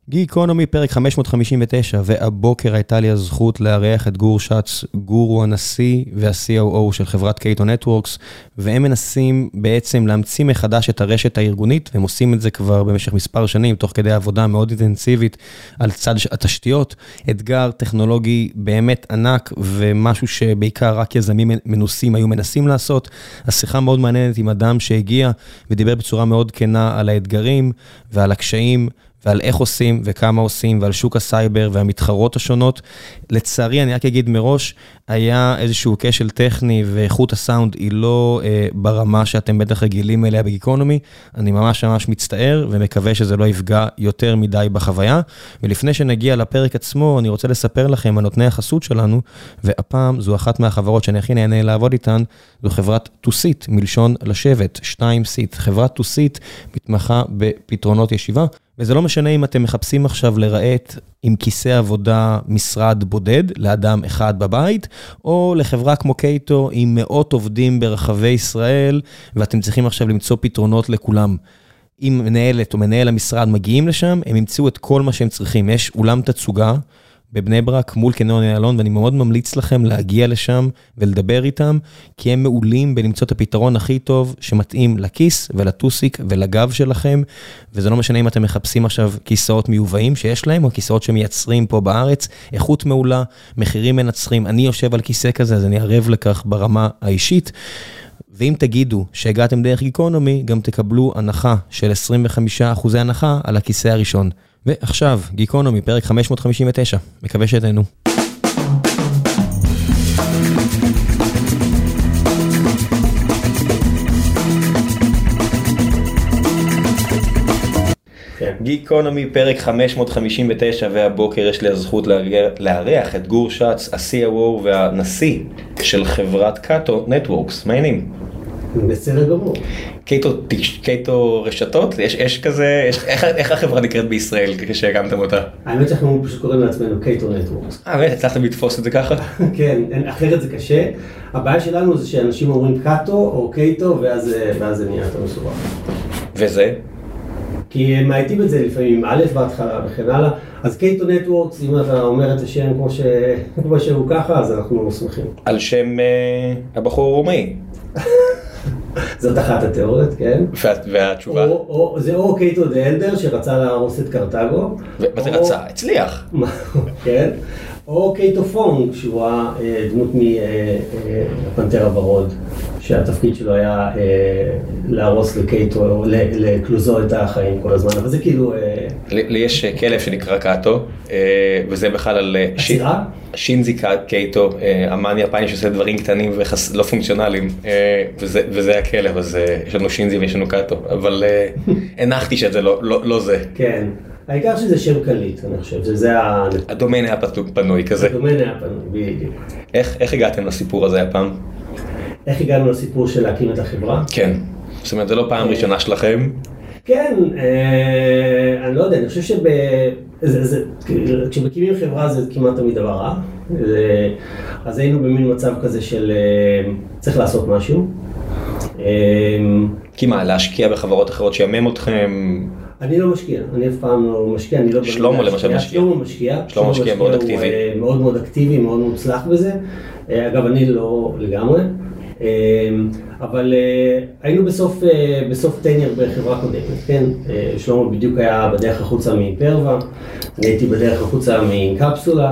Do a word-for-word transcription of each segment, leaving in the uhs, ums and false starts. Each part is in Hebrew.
גיקונומי פרק חמש מאות חמישים ותשע, והבוקר הייתה לי הזכות לארח את גור שץ, גור הוא הנשיא וה-סי או או של חברת קייטו נטוורקס, והם מנסים בעצם להמציא מחדש את הרשת הארגונית, והם עושים את זה כבר במשך מספר שנים, תוך כדי עבודה מאוד אינטנסיבית על צד התשתיות, אתגר טכנולוגי באמת ענק, ומשהו שבעיקר רק יזמים מנוסים היו מנסים לעשות. השיחה מאוד מעניינת עם אדם שהגיע ודיבר בצורה מאוד כנה על האתגרים ועל הקשיים, ועל איך עושים וכמה עושים, ועל שוק הסייבר והמתחרות השונות. לצערי, אני רק אגיד מראש, היה איזשהו כשל טכני, ואיכות הסאונד היא לא אה, ברמה שאתם בטח רגילים אליה בגיקונומי. אני ממש ממש מצטער, ומקווה שזה לא יפגע יותר מדי בחוויה. ולפני שנגיע לפרק עצמו, אני רוצה לספר לכם על נותני החסות שלנו, והפעם זו אחת מהחברות שאני הכי נהנה לעבוד איתן, זו חברת טוסיט, מלשון לשבת, שתיים סיט. חברת טוסיט מתמחה בפתרונות ישיבה, וזה לא משנה אם אתם מחפשים עכשיו לראות עם כיסא עבודה משרד בודד לאדם אחד בבית, או לחברה כמו קייטו עם מאות עובדים ברחבי ישראל, ואתם צריכים עכשיו למצוא פתרונות לכולם. אם מנהלת או מנהל המשרד מגיעים לשם, הם ימצאו את כל מה שהם צריכים. יש אולם תצוגה בבני ברק מול קניון איילון, ואני מאוד ממליץ לכם להגיע לשם ולדבר איתם, כי הם מעולים בלמצוא את הפתרון הכי טוב שמתאים לכיס ולטוסיק ולגב שלכם, וזה לא משנה אם אתם מחפשים עכשיו כיסאות מיובאים שיש להם, או כיסאות שמייצרים פה בארץ, איכות מעולה, מחירים מנצחים. אני יושב על כיסא כזה, אז אני ערב לכך ברמה האישית, ואם תגידו שהגעתם דרך גיקונומי, גם תקבלו הנחה של עשרים וחמישה אחוז הנחה על הכיסא הראשון. ועכשיו, גיקונומי, פרק חמש מאות חמישים ותשע. מקווה שתהנו. גיקונומי, פרק חמש מאות חמישים ותשע, והבוקר יש לי הזכות לארח את גור שץ, ה-סי או או והנשיא של חברת קייטו נטוורקס. מה העניינים? בסדר גמור. קייטו, קייטו רשתות? יש, יש כזה, יש, איך, איך החברה נקראת בישראל כשהקמתם אותה? האמת שאנחנו פשוט קוראים לעצמנו קייטו נטוורקס. אה, באמת, הצלחתם לתפוס את זה ככה? כן, אחרת זה קשה. הבעיה שלנו זה שאנשים אומרים קאטו או קייטו, ואז, ואז זה נהיה יותר מסובך. וזה? כי הם מעטים את זה לפעמים, א' בהתחלה וכן הלאה. אז קייטו נטוורקס, אם אתה אומר את השם כמו, ש... כמו שהוא ככה, אז אנחנו שמחים. על שם אה, הבחור הרומאי. זאת אחת התיאוריות, כן. והתשובה? או, או, זה או קייטו דה אלדר שרצה להרוס את קרתגו. ומה זה רצה? הצליח. כן. או קייטו פונג, שהוא הדמות מהפנתר הוורוד, שהתפקיד שלו היה להרוס לקייטו, לקלוזו את החיים כל הזמן, אבל זה כאילו... לי יש כלב שנקרא קאטו, וזה בכלל על... הצירה? שינזי קייטו, אמן יפני שעושה דברים קטנים ולא פונקציונליים, וזה הכלב, אז יש לנו שינזי ויש לנו קאטו, אבל הנחתי שזה לא זה. כן. העיקר שזה שם קליט, אני חושב, שזה ה... הדומיין היה פנוי כזה. הדומיין היה פנוי, בדיוק. איך, איך הגעתם לסיפור הזה הפעם? איך הגענו לסיפור של להקים את החברה? כן. זאת אומרת, זה לא פעם ראשונה שלכם? כן, אה, אני לא יודע, אני חושב שב... זה, זה, כשמקימים חברה זה כמעט תמיד דבר רע. זה, אז היינו במין מצב כזה של צריך לעשות משהו. כי מה, להשקיע בחברות אחרות שיאמם אתכם? אני לא משקיע, אני אף פעם לא משקיע, אני לא... שלמה למשל משקיע. שלמה משקיע. שלמה משקיע מאוד אקטיבי. הוא מאוד מאוד אקטיבי, מאוד מוצלח בזה. אגב, אני לא לגמרי. אבל היינו בסוף, בסוף טניאר בחברה קודמת, כן? שלמה בדיוק היה בדרך החוצה מפרווה, אני הייתי בדרך החוצה מקפסולה,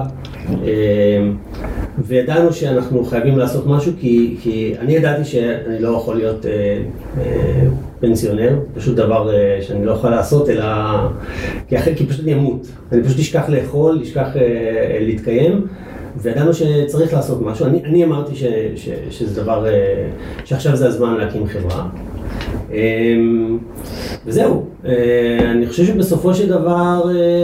וידענו שאנחנו חייבים לעשות משהו, כי, כי אני ידעתי שאני לא יכול להיות פנסיונר, פשוט דבר שאני לא יכול לעשות, אלא כי, אחרי, כי פשוט אני אמות, אני פשוט אשכח לאכול, אשכח להתקיים, וידענו שצריך לעשות משהו. אני, אני אמרתי ש, ש, שזה דבר, שעכשיו זה הזמן להקים חברה. וזהו. אני חושב שבסופו של דבר,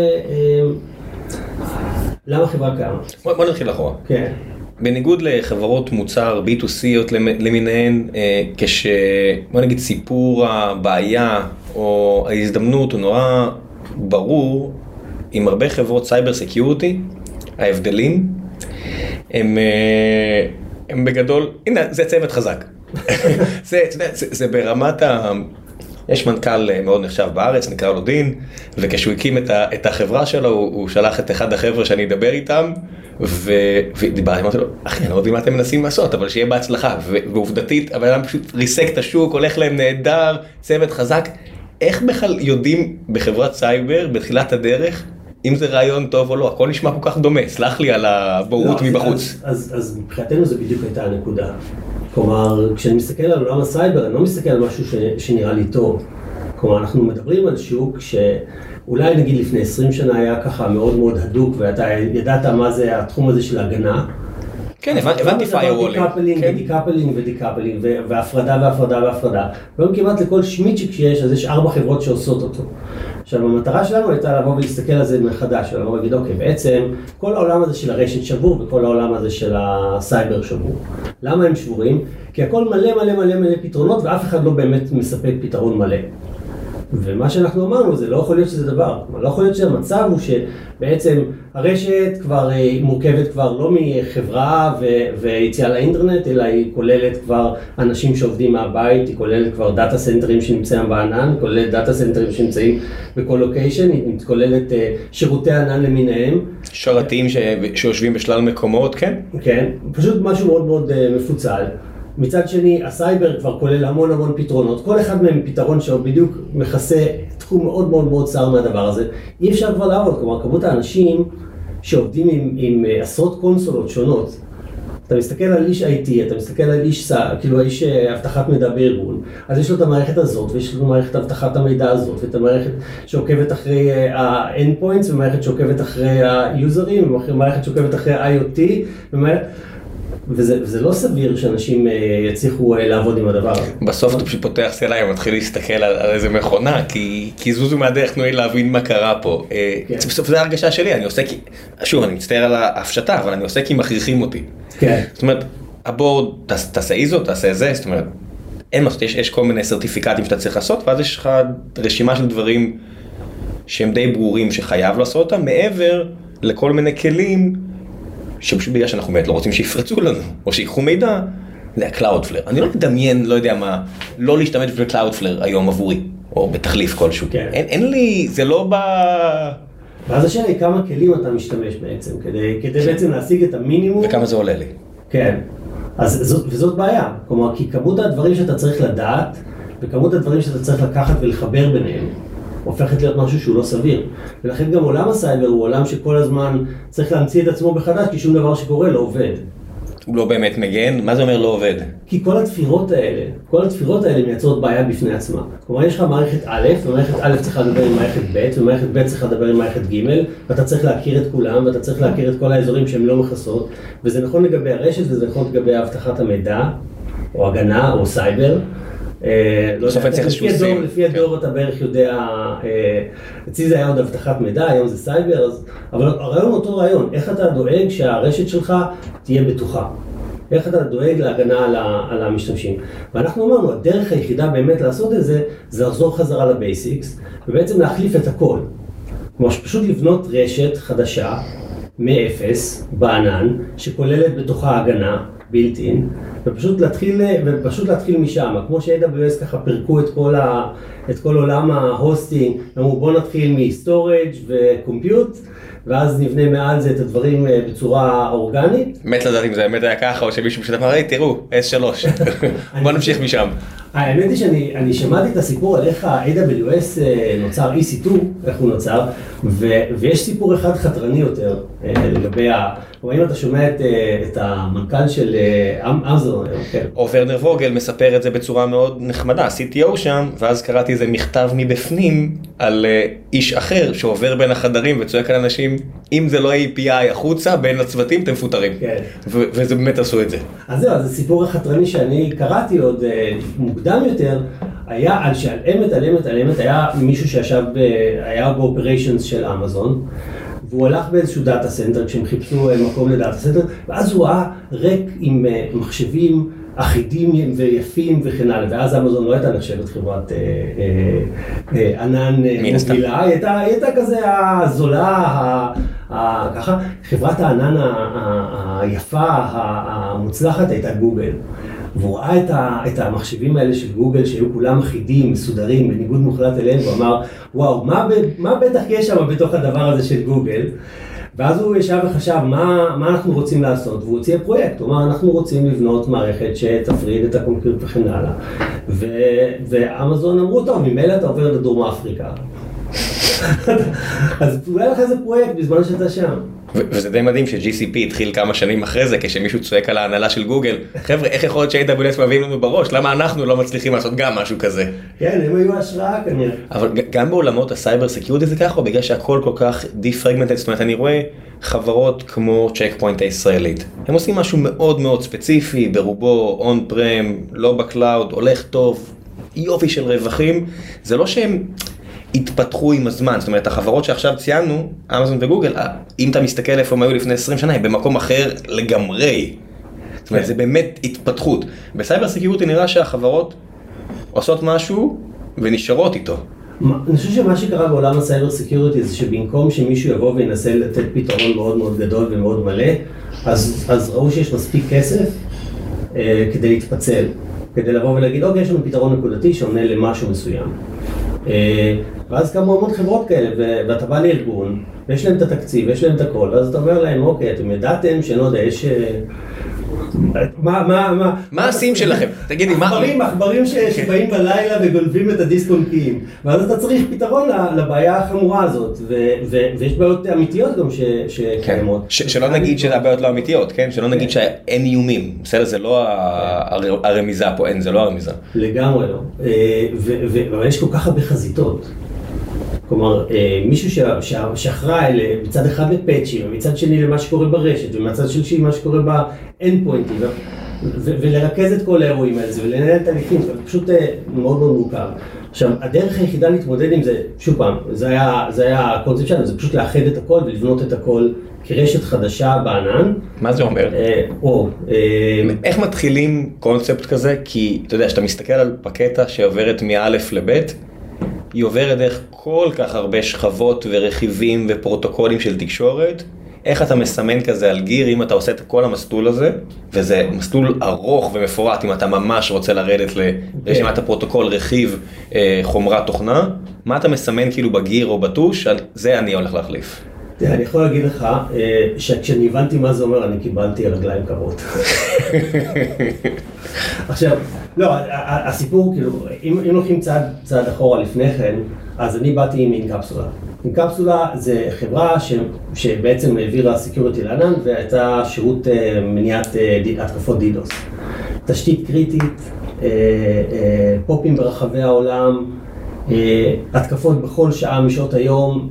למה חברה קמה? בוא, בוא נתחיל אחורה. כן. בניגוד לחברות מוצר בי טו סי-יות למיניהן, כש, בוא נגיד, סיפור הבעיה או ההזדמנות הוא נורא ברור, עם הרבה חברות סייבר סקיוריטי, ההבדלים, הם, הם בגדול, הנה, זה צוות חזק. זה, זה, זה, זה ברמת יש מנכ"ל מאוד נחשב בארץ, נקרא לו דין, וכשהוא הקים את, ה, את החברה שלו, הוא, הוא שלח את אחד החבר'ה שאני אדבר איתם, ו, ודיברתי, אמרתי לו, אחי, אני לא יודעים מה אתם מנסים לעשות, אבל שיהיה בהצלחה, ו, ועובדתית, אבל אני פשוט ריסק את השוק, הולך להם נהדר, צוות חזק, איך בכלל יודעים בחברת סייבר, בתחילת הדרך, אם זה רעיון טוב או לא, הכל נשמע כל כך דומה, סלח לי על הבורות לא, מבחוץ. אז, אז, אז מבחינתנו זה בדיוק הייתה הנקודה. כלומר, כשאני מסתכל על עולם הסייבר, אני לא מסתכל על משהו ש, שנראה לי טוב. כלומר, אנחנו מדברים על שוק שאולי נגיד לפני עשרים שנה היה ככה מאוד מאוד הדוק, ואתה ידעת מה זה התחום הזה של הגנה. כן, הבנתי פיירוולים. דיקאפלינג ודיקאפלינג, והפרדה והפרדה והפרדה. והיום כמעט לכל שמיצ'יק שיש, אז יש ארבע חברות שעושות אותו. עכשיו, המטרה שלנו הייתה לבוא ולהסתכל על זה מחדש, ולבוא ולהגיד, אוקיי, בעצם כל העולם הזה של הרשת שבור, וכל העולם הזה של הסייבר שבור. למה הם שבורים? כי הכל מלא מלא מלא מלא פתרונות, ואף אחד לא באמת מספק פתרון מלא. ומה שאנחנו אמרנו, זה לא יכול להיות שזה דבר. לא יכול להיות שהמצב הוא שבעצם הרשת כבר מורכבת כבר לא מחברה ויציאה לאינטרנט, אלא היא כוללת כבר אנשים שעובדים מהבית, היא כוללת כבר דאטה סנטרים שנמצאים בענן, היא כוללת דאטה סנטרים שנמצאים בכל לוקיישן, היא כוללת שירותי ענן למיניהם. שרתים שיושבים בשלל מקומות, כן? כן, פשוט משהו מאוד מאוד מפוצל. מצד שני, הסייבר כבר כולל המון המון פתרונות, כל אחד מהם פתרון שהוא בדיוק מכסה תחום מאוד מאוד מאוד צר מהדבר הזה. אי אפשר כבר לעבוד, כלומר, כמות האנשים שעובדים עם, עם עשרות קונסולות שונות. אתה מסתכל על איש איי טי, אתה מסתכל על איש, כאילו איש אבטחת מידע בארגון, אז יש לו את המערכת הזאת, ויש לו מערכת אבטחת המידע הזאת, ואת המערכת שעוקבת אחרי ה-endpoints, ומערכת שעוקבת אחרי ה-users, ומערכת שעוקבת אחרי ה-איי או טי, ומערכת... וזה, וזה לא סביר שאנשים יצליחו לעבוד עם הדבר הזה. בסוף אתה פשוט פותח סלע ומתחיל להסתכל על, על איזה מכונה, כי, כי זוזו מהדרך תנו לי להבין מה קרה פה. כן. בסוף זה הרגשה שלי, אני עושה כי, שוב, אני מצטער על ההפשטה, אבל אני עושה כי מכריחים אותי. כן. זאת אומרת, הבורד, תעשה איזו, תעשה זה, זאת אומרת, אין מה, יש, יש כל מיני סרטיפיקטים שאתה צריך לעשות, ואז יש לך רשימה של דברים שהם די ברורים שחייב לעשות אותם, מעבר לכל מיני כלים, שפשוט בגלל שאנחנו באמת לא רוצים שיפרצו לנו, או שיקחו מידע, זה ה-Cloudflare. אני לא מדמיין, לא יודע מה, לא להשתמש ב-Cloudflare היום עבורי, או בתחליף כלשהו. כן. אין, אין לי, זה לא ב... ואז השאלה היא כמה כלים אתה משתמש בעצם, כדי, כדי בעצם להשיג את המינימום. וכמה זה עולה לי. כן. אז זאת, וזאת בעיה. כלומר, כי כמות הדברים שאתה צריך לדעת, וכמות הדברים שאתה צריך לקחת ולחבר ביניהם, הופכת להיות משהו שהוא לא סביר. ולכן גם עולם הסייבר הוא עולם שכל הזמן צריך להמציא את עצמו בחדש, כי שום דבר שקורה לא עובד. הוא לא באמת מגן? מה זה אומר לא עובד? כי כל התפירות האלה, כל התפירות האלה מייצרות בעיה בפני עצמה. כלומר, יש לך מערכת א', ומערכת א' צריכה לדבר עם מערכת ב', ומערכת ב' צריכה לדבר עם מערכת ג', ואתה צריך להכיר את כולם, ואתה צריך להכיר את כל האזורים שהם לא מכסות, וזה נכון לגבי הרשת, וזה נכון לגבי אבטחת המידע, או הגנה, או סייבר. לפי הדור אתה בערך יודע, אצלי זה היה עוד אבטחת מידע, היום זה סייבר, אבל הרעיון הוא אותו רעיון, איך אתה דואג שהרשת שלך תהיה בטוחה, איך אתה דואג להגנה על המשתמשים. ואנחנו אמרנו, הדרך היחידה באמת לעשות את זה, זה לחזור חזרה לבייסיקס, ובעצם להחליף את הכל. כלומר, פשוט לבנות רשת חדשה, מאפס, בענן, שכוללת בתוכה הגנה, בילט-אין, ופשוט להתחיל, ופשוט להתחיל משם, כמו ש-איי דאבליו אס ככה פירקו את כל, ה, את כל עולם ההוסטינג, אמרו בוא נתחיל מ-storage ו-compute, ואז נבנה מעל זה את הדברים בצורה אורגנית. מת לדעת אם זה באמת היה ככה, או שמישהו פשוט אמר, היי תראו, אס שלוש, בוא נמשיך משם. האמת היא שאני שמעתי את הסיפור על איך ה-איי דאבליו אס נוצר, אי סי טו, איך הוא נוצר, ויש סיפור אחד חתרני יותר לגבי ה... או אם אתה שומע את המנכ"ל של אמזון, או ורנר ווגל מספר את זה בצורה מאוד נחמדה, סי טי או שם, ואז קראתי איזה מכתב מבפנים על איש אחר שעובר בין החדרים וצועק על אנשים, אם זה לא איי פי איי החוצה, בין הצוותים אתם מפוטרים. וזה באמת עשו את זה. אז זהו, אז הסיפור החתרני שאני קראתי עוד מוקדם יותר, היה על שעל אמת, על אמת, על אמת, היה מישהו שישב, היה באופריישנס של אמזון, והוא הלך באיזשהו דאטה סנטר, כשהם חיפשו מקום לדאטה סנטר, ואז הוא היה ריק עם מחשבים אחידים ויפים וכן הלאה, ואז אמזון לא הייתה נחשבת חברת ענן מובילה, היא הייתה כזה הזולה, ככה, חברת הענן היפה, המוצלחת הייתה גוגל. והוא ראה את, ה, את המחשבים האלה של גוגל, שהיו כולם אחידים, מסודרים, בניגוד מוחלט אליהם, והוא אמר, וואו, מה, מה בטח יש שם בתוך הדבר הזה של גוגל? ואז הוא ישב וחשב, מה, מה אנחנו רוצים לעשות? והוא הציע פרויקט, הוא אמר, אנחנו רוצים לבנות מערכת שתפריד את הקומפיוטר וכן הלאה. ו, ואמזון אמרו, טוב, ממילא אתה עובר לדרום אפריקה. אז אולי לך איזה פרויקט בזמן שאתה שם. וזה די מדהים ש-ג'י סי פי התחיל כמה שנים אחרי זה, כשמישהו צועק על ההנהלה של גוגל, חבר'ה, איך יכול להיות ש-איי דאבליו אס מביאים לנו בראש? למה אנחנו לא מצליחים לעשות גם משהו כזה? כן, הם היו השראה כנראה. אבל גם בעולמות הסייבר סקיוריטי זה ככה, או בגלל שהכל כל כך דיפרגמנטד, זאת אומרת, אני רואה חברות כמו צ'ק פוינט הישראלית. הם עושים משהו מאוד מאוד ספציפי, ברובו, און פרם, לא בקלאוד, הולך טוב, יופי של רווחים. זה לא שהם התפתחו עם הזמן, זאת אומרת, החברות שעכשיו ציינו, אמזון וגוגל, אם אתה מסתכל איפה הם היו לפני עשרים שנה, הם במקום אחר לגמרי. זאת אומרת, זה באמת התפתחות. בסייבר סקיוריטי נראה שהחברות עושות משהו ונשארות איתו. אני חושב שמה שקרה בעולם הסייבר סקיוריטי זה שבמקום שמישהו יבוא וינסה לתת פתרון מאוד מאוד גדול ומאוד מלא, אז, אז ראו שיש מספיק כסף אה, כדי להתפצל, כדי לבוא ולהגיד, אוקיי, יש לנו פתרון נקודתי שעונה למשהו מסוים. אה, ואז קמו המון חברות כאלה, ואתה בא לארגון, ויש להם את התקציב, יש להם את הכל, ואז אתה אומר להם, אוקיי, אתם ידעתם שאני לא יודע, יש... מה, מה, מה? מה הסים שלכם? תגידי, מה? עכברים, עכברים שבאים בלילה וגולבים את הדיסק און קיים. ואז אתה צריך פתרון לבעיה החמורה הזאת, ויש בעיות אמיתיות גם שקיימות. שלא נגיד שהבעיות לא אמיתיות, כן? שלא נגיד שאין איומים. בסדר, זה לא הרמיזה פה, אין, זה לא הרמיזה. לגמרי לא. אבל יש כל כך הרבה חזיתות. כלומר, מישהו שאחראי מצד אחד לפאצ'ים, ומצד שני למה שקורה ברשת, ומצד שלישי למה שקורה באנדפוינטים, ולרכז את כל האירועים האלה, ולנהל את תהליכים, זה פשוט מאוד מאוד מורכב. עכשיו, הדרך היחידה להתמודד עם זה, שוב פעם, זה היה, זה היה הקונספט שלנו, זה פשוט לאחד את הכל ולבנות את הכל כרשת חדשה בענן. מה זה אומר? או... איך מתחילים קונספט כזה? כי, אתה יודע, שאתה מסתכל על פקטה שעוברת מאלף לבית, היא עוברת דרך כל כך הרבה שכבות ורכיבים ופרוטוקולים של תקשורת. איך אתה מסמן כזה על גיר אם אתה עושה את כל המסלול הזה, וזה מסלול ארוך ומפורט אם אתה ממש רוצה לרדת לרשימת הפרוטוקול, רכיב, חומרת תוכנה, מה אתה מסמן כאילו בגיר או בטוש, זה אני הולך להחליף. אני יכול להגיד לך שכשאני הבנתי מה זה אומר, אני קיבלתי רגליים קרות. עכשיו, לא, הסיפור, כאילו, אם לוקחים צעד אחורה לפני כן, אז אני באתי עם אינקפסולה. אינקפסולה זה חברה שבעצם העבירה סקיוריטי לענן, והייתה שירות מניעת התקפות דידוס. תשתית קריטית, פופים ברחבי העולם, התקפות בכל שעה משעות היום,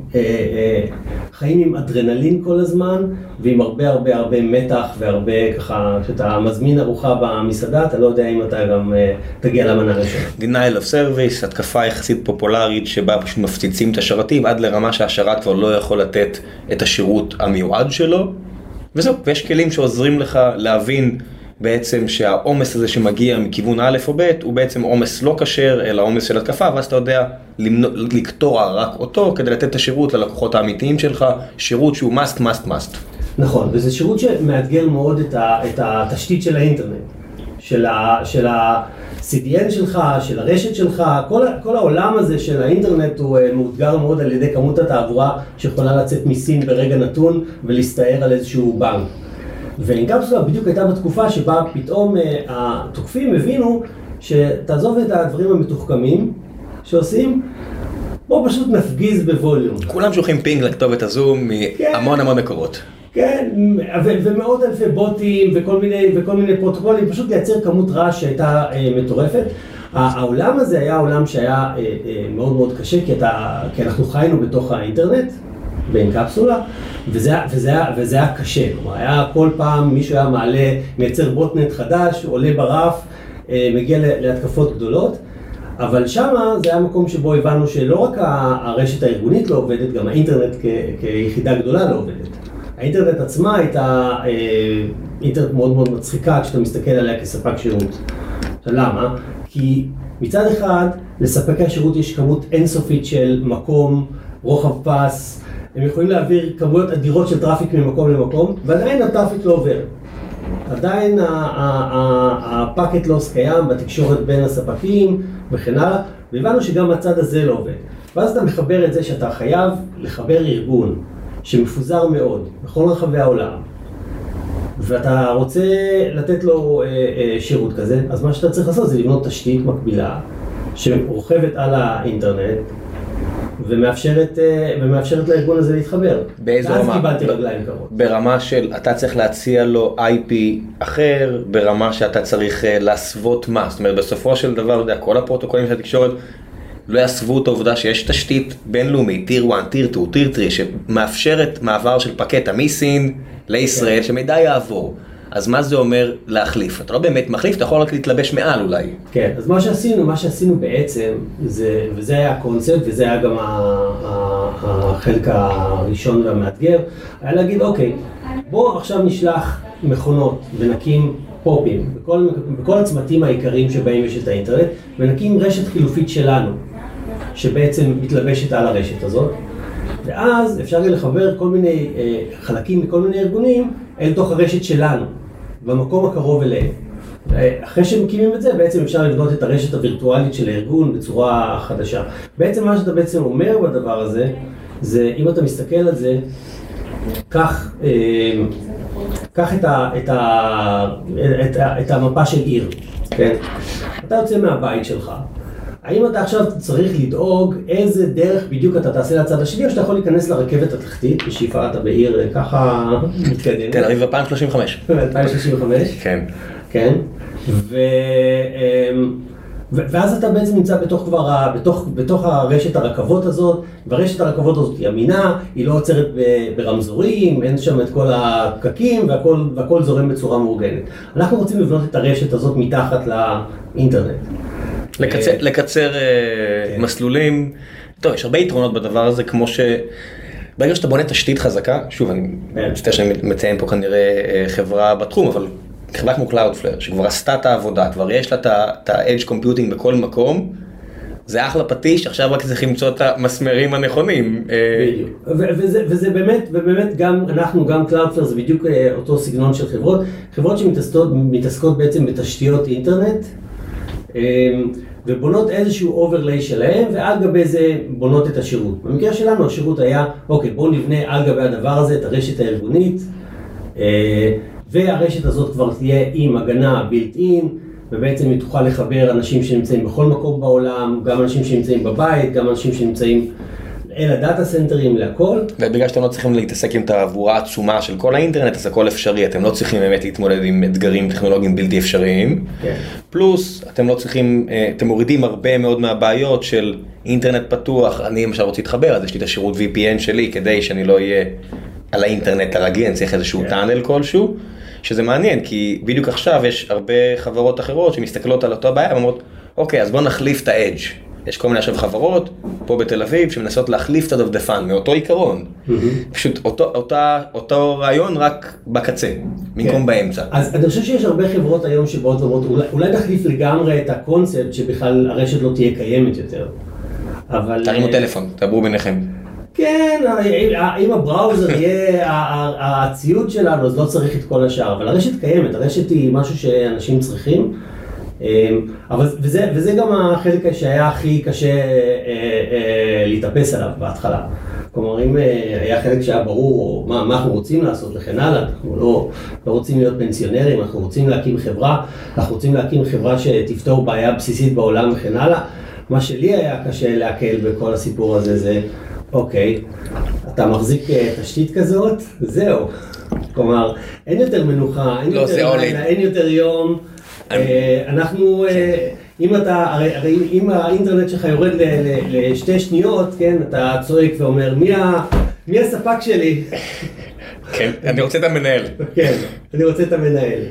חיים עם אדרנלין כל הזמן, ועם הרבה הרבה הרבה מתח והרבה ככה, כשאתה מזמין ארוחה במסעדה, אתה לא יודע אם אתה גם תגיע למנה ראשונה. Denial of service, התקפה יחסית פופולרית שבה פשוט מפציצים את השרתים, עד לרמה שהשרת כבר לא יכול לתת את השירות המיועד שלו, וזהו, ויש כלים שעוזרים לך להבין בעצם שהעומס הזה שמגיע מכיוון א' או ב' הוא בעצם עומס לא כשר, אלא עומס של התקפה, ואז אתה יודע לקטוע רק אותו כדי לתת את השירות ללקוחות האמיתיים שלך, שירות שהוא must, must, must. נכון, וזה שירות שמאתגר מאוד את, ה, את התשתית של האינטרנט, של, ה, של ה-סי די אן שלך, של הרשת שלך, כל, כל העולם הזה של האינטרנט הוא מאותגר מאוד על ידי כמות התעבורה שיכולה לצאת מסין ברגע נתון ולהסתער על איזשהו בנק. ואינקפסולה בדיוק הייתה בתקופה שבה פתאום התוקפים הבינו שתעזוב את הדברים המתוחכמים שעושים, בוא פשוט נפגיז בווליום. כולם שולחים פינג לכתובת הזום מהמון המון מקורות. כן, ומאות אלפי בוטים וכל מיני, וכל מיני פרוטוקולים, פשוט לייצר כמות רעש שהייתה מטורפת. העולם הזה היה עולם שהיה מאוד מאוד קשה, כי, אתה, כי אנחנו חיינו בתוך האינטרנט, באינקפסולה, וזה, וזה, וזה היה קשה. כלומר, היה כל פעם מישהו היה מעלה, מייצר בוטנט חדש, עולה ברף, מגיע להתקפות גדולות, אבל שמה זה היה מקום שבו הבנו שלא רק הרשת הארגונית לא עובדת, גם האינטרנט כ, כיחידה גדולה לא עובדת. האינטרנט עצמה הייתה אינטרנט מאוד מאוד מצחיקה כשאתה מסתכל עליה כספק שירות. למה? כי מצד אחד, לספק השירות יש כמות אינסופית של מקום, רוחב פס, הם יכולים להעביר כמויות אדירות של טראפיק ממקום למקום, ועדיין הטראפיק לא עובר. עדיין הפאקט לוס קיים בתקשורת בין הספקים וכן הלאה, והבנו שגם הצד הזה לא עובד. ואז אתה מחבר את זה שאתה חייב לחבר ארגון שמפוזר מאוד בכל רחבי העולם, ואתה רוצה לתת לו אה, אה, שירות כזה, אז מה שאתה צריך לעשות זה לבנות תשתית מקבילה שרוכבת על האינטרנט ומאפשרת, אה, ומאפשרת לארגון הזה להתחבר. באיזו רמה? ואז קיבלתי רגליים קרות. ברמה של אתה צריך להציע לו איי פי אחר, ברמה שאתה צריך אה, להסוות מה, זאת אומרת בסופו של דבר, יודע, כל הפרוטוקולים של התקשורת לא יסוו את העובדה שיש תשתית בינלאומית, טיר אחת, טיר שתיים, טיר שלוש, שמאפשרת מעבר של פקטה מסין לישראל, שמידע יעבור. אז מה זה אומר להחליף? אתה לא באמת מחליף, אתה יכול רק להתלבש מעל אולי. כן, אז מה שעשינו, מה שעשינו בעצם, זה, וזה היה הקונספט, וזה היה גם החלק הראשון והמאתגר, היה להגיד, אוקיי, בוא עכשיו נשלח מכונות ונקים פופים בכל, בכל הצמתים העיקריים שבהם יש את האינטרנט, ונקים רשת חילופית שלנו, שבעצם מתלבשת על הרשת הזאת, ואז אפשר לחבר כל מיני אה, חלקים מכל מיני ארגונים אל תוך הרשת שלנו, במקום הקרוב אליהם. אחרי שמקימים את זה, בעצם אפשר לבנות את הרשת הווירטואלית של הארגון בצורה חדשה. בעצם מה שאתה בעצם אומר בדבר הזה, זה אם אתה מסתכל על זה, קח, אה, קח את, ה, את, ה, את, ה, את המפה של עיר, כן? אתה יוצא מהבית שלך. האם אתה עכשיו צריך לדאוג איזה דרך בדיוק אתה תעשה לצד השני, או שאתה יכול להיכנס לרכבת התחתית, בשאיפה אתה בעיר ככה מתקדם? תל אביב אלפיים שלושים וחמש. אלפיים שלושים וחמש? כן. כן. ו... ואז אתה בעצם נמצא בתוך כבר, בתוך, בתוך הרשת הרכבות הזאת, והרשת הרכבות הזאת היא אמינה, היא לא עוצרת ברמזורים, אין שם את כל הפקקים, והכל, והכל זורם בצורה מאורגנת. אנחנו רוצים לבנות את הרשת הזאת מתחת לאינטרנט. לקצר, לקצר כן. מסלולים, טוב, יש הרבה יתרונות בדבר הזה, כמו ש... ברגע שאתה בונה תשתית חזקה, שוב, אני מצטער שאני מציין פה כנראה חברה בתחום, אבל חברה כמו Cloudflare, שכבר עשתה את העבודה, כבר יש לה את ה-Edge Computing בכל מקום, זה אחלה פטיש, עכשיו רק צריך למצוא את המסמרים הנכונים. בדיוק, וזה, וזה באמת, ובאמת גם אנחנו, גם Cloudflare, זה בדיוק אותו סגנון של חברות, חברות שמתעסקות בעצם בתשתיות אינטרנט, ובונות איזשהו אוברליי שלהם, ועל גבי זה בונות את השירות. במקרה שלנו השירות היה, אוקיי, בואו נבנה על גבי הדבר הזה את הרשת הארגונית, והרשת הזאת כבר תהיה עם הגנה בילט אין, ובעצם היא תוכל לחבר אנשים שנמצאים בכל מקום בעולם, גם אנשים שנמצאים בבית, גם אנשים שנמצאים אל הדאטה סנטרים, להכל. ובגלל שאתם לא צריכים להתעסק עם תעבורה עצומה של כל האינטרנט, אז הכל אפשרי, אתם לא צריכים באמת להתמודד עם אתגרים טכנולוגיים בלתי אפשריים. כן. פלוס, אתם לא צריכים, אתם מורידים הרבה מאוד מהבעיות של אינטרנט פתוח, אני למשל רוצה להתחבר, אז יש לי את השירות וי פי אן שלי, כדי שאני לא אהיה על האינטרנט הרגיל, אני צריך איזשהו טאנל כלשהו, שזה מעניין, כי בדיוק עכשיו יש הרבה חברות אחרות שמסתכלות על אותו בעיה, ואומרות, אוקיי, אז בואו נחליף את ה-Edge. יש כל מיני עכשיו חברות, פה בתל אביב, שמנסות להחליף את הדפדפן, מאותו עיקרון. פשוט אותו, אותה, אותו רעיון רק בקצה, במקום באמצע. אז אני חושב שיש הרבה חברות היום שבאות ואומרות, אולי, אולי נחליף לגמרי את הקונספט שבכלל הרשת לא תהיה קיימת יותר. אבל... תרימו טלפון, תדברו ביניכם. כן, אם הבראוזר יהיה הציוד שלנו, אז לא צריך את כל השאר, אבל הרשת קיימת, הרשת היא משהו שאנשים צריכים. אבל וזה, וזה גם החלק שהיה הכי קשה אה, אה, להתאפס עליו בהתחלה. כלומר, אם היה חלק שהיה ברור מה, מה אנחנו רוצים לעשות וכן הלאה, אנחנו לא, לא רוצים להיות פנסיונרים, אנחנו רוצים להקים חברה, אנחנו רוצים להקים חברה שתפתור בעיה בסיסית בעולם וכן הלאה. מה שלי היה קשה להקל בכל הסיפור הזה זה, אוקיי, אתה מחזיק תשתית כזאת, זהו. כלומר, אין יותר מנוחה, אין לא, יותר לילה, אין יותר יום. אנחנו, אם אתה, הרי אם האינטרנט שלך יורד לשתי שניות, כן, אתה צועק ואומר, מי הספק שלי? כן, אני רוצה את המנהל. כן, אני רוצה את המנהל.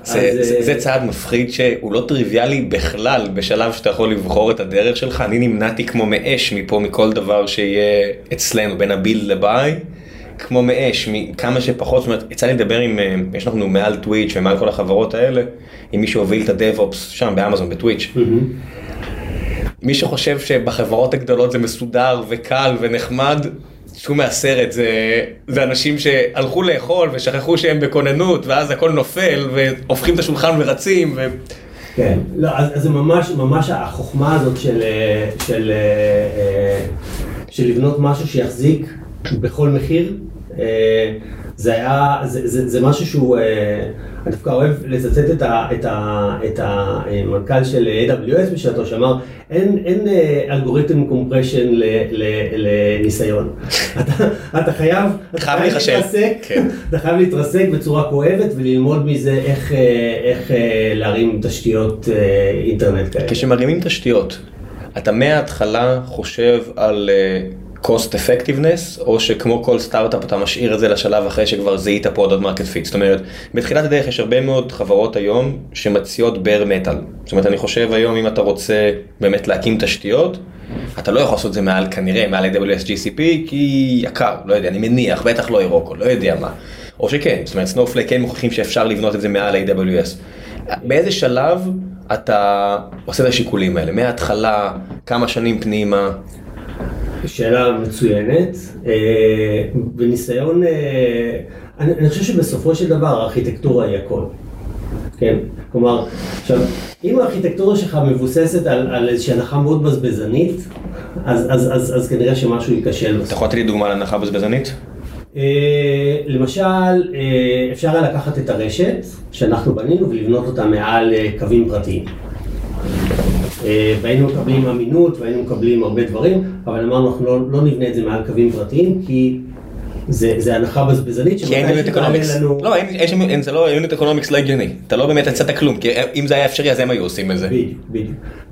זה צעד מפחיד שהוא לא טריוויאלי בכלל בשלב שאתה יכול לבחור את הדרך שלך. אני נמנעתי כמו מאש מפה מכל דבר שיהיה אצלנו בין הביל לביי. כמו מאש, מכמה שפחות, זאת אומרת, יצא לי לדבר עם, יש לנו מעל טוויץ' ומעל כל החברות האלה, עם מי שהוביל את הדב-אופס שם באמזון, בטוויץ'. מי שחושב שבחברות הגדולות זה מסודר וקל ונחמד, שהוא מהסרט, זה, זה אנשים שהלכו לאכול ושכחו שהם בכוננות, ואז הכל נופל, והופכים את השולחן ורצים. ו... כן, לא, אז, אז זה ממש, ממש החוכמה הזאת של, של, של לבנות משהו שיחזיק בכל מחיר. זה היה, זה, זה, זה משהו שהוא, אני דווקא אוהב לצטט את, ה, את, ה, את המנכ"ל של איי דאבליו אס בשעתו, שאמר, אין, אין אלגוריתם קומפרשן לניסיון. אתה, אתה חייב, אתה חייב להתרסק, כן. אתה חייב להתרסק בצורה כואבת וללמוד מזה איך, איך להרים תשתיות אינטרנט כאלה. כשמרימים תשתיות, אתה מההתחלה חושב על cost effectiveness, או שכמו כל סטארט-אפ אתה משאיר את זה לשלב אחרי שכבר זיהית product market fit. זאת אומרת, בתחילת הדרך יש הרבה מאוד חברות היום שמציעות bare metal. זאת אומרת, אני חושב היום אם אתה רוצה באמת להקים תשתיות, אתה לא יכול לעשות את זה מעל, כנראה, מעל איי דאבליו אס ג'י סי פי, כי יקר, לא יודע, אני מניח, בטח לא אירוקו, לא יודע מה. או שכן, זאת אומרת, Snowflake כן מוכיחים שאפשר לבנות את זה מעל איי דאבליו אס. באיזה שלב אתה עושה את השיקולים האלה? מההתחלה, כמה שנים פנימה? שאלה מצוינת, בניסיון, אני, אני חושב שבסופו של דבר הארכיטקטורה היא הכל, כן? כלומר, עכשיו, אם הארכיטקטורה שלך מבוססת על, על איזושהי הנחה מאוד בזבזנית, אז, אז, אז, אז כנראה שמשהו ייכשל. אתה יכול לתת לי דוגמה על הנחה בזבזנית? למשל, אפשר היה לקחת את הרשת שאנחנו בנינו ולבנות אותה מעל קווים פרטיים. והיינו מקבלים אמינות והיינו מקבלים הרבה דברים, אבל אמרנו אנחנו לא, לא נבנה את זה מעל קווים פרטיים, כי זה, זה הנחה בזבזנית שמתי שתעלה לנו... לא, אין, אין, זה לא, יוניט אקונומיקס לא הגיוני, אתה לא באמת הצעת כלום, כי אם זה היה אפשרי אז הם היו עושים את זה. בדיוק, בדיוק.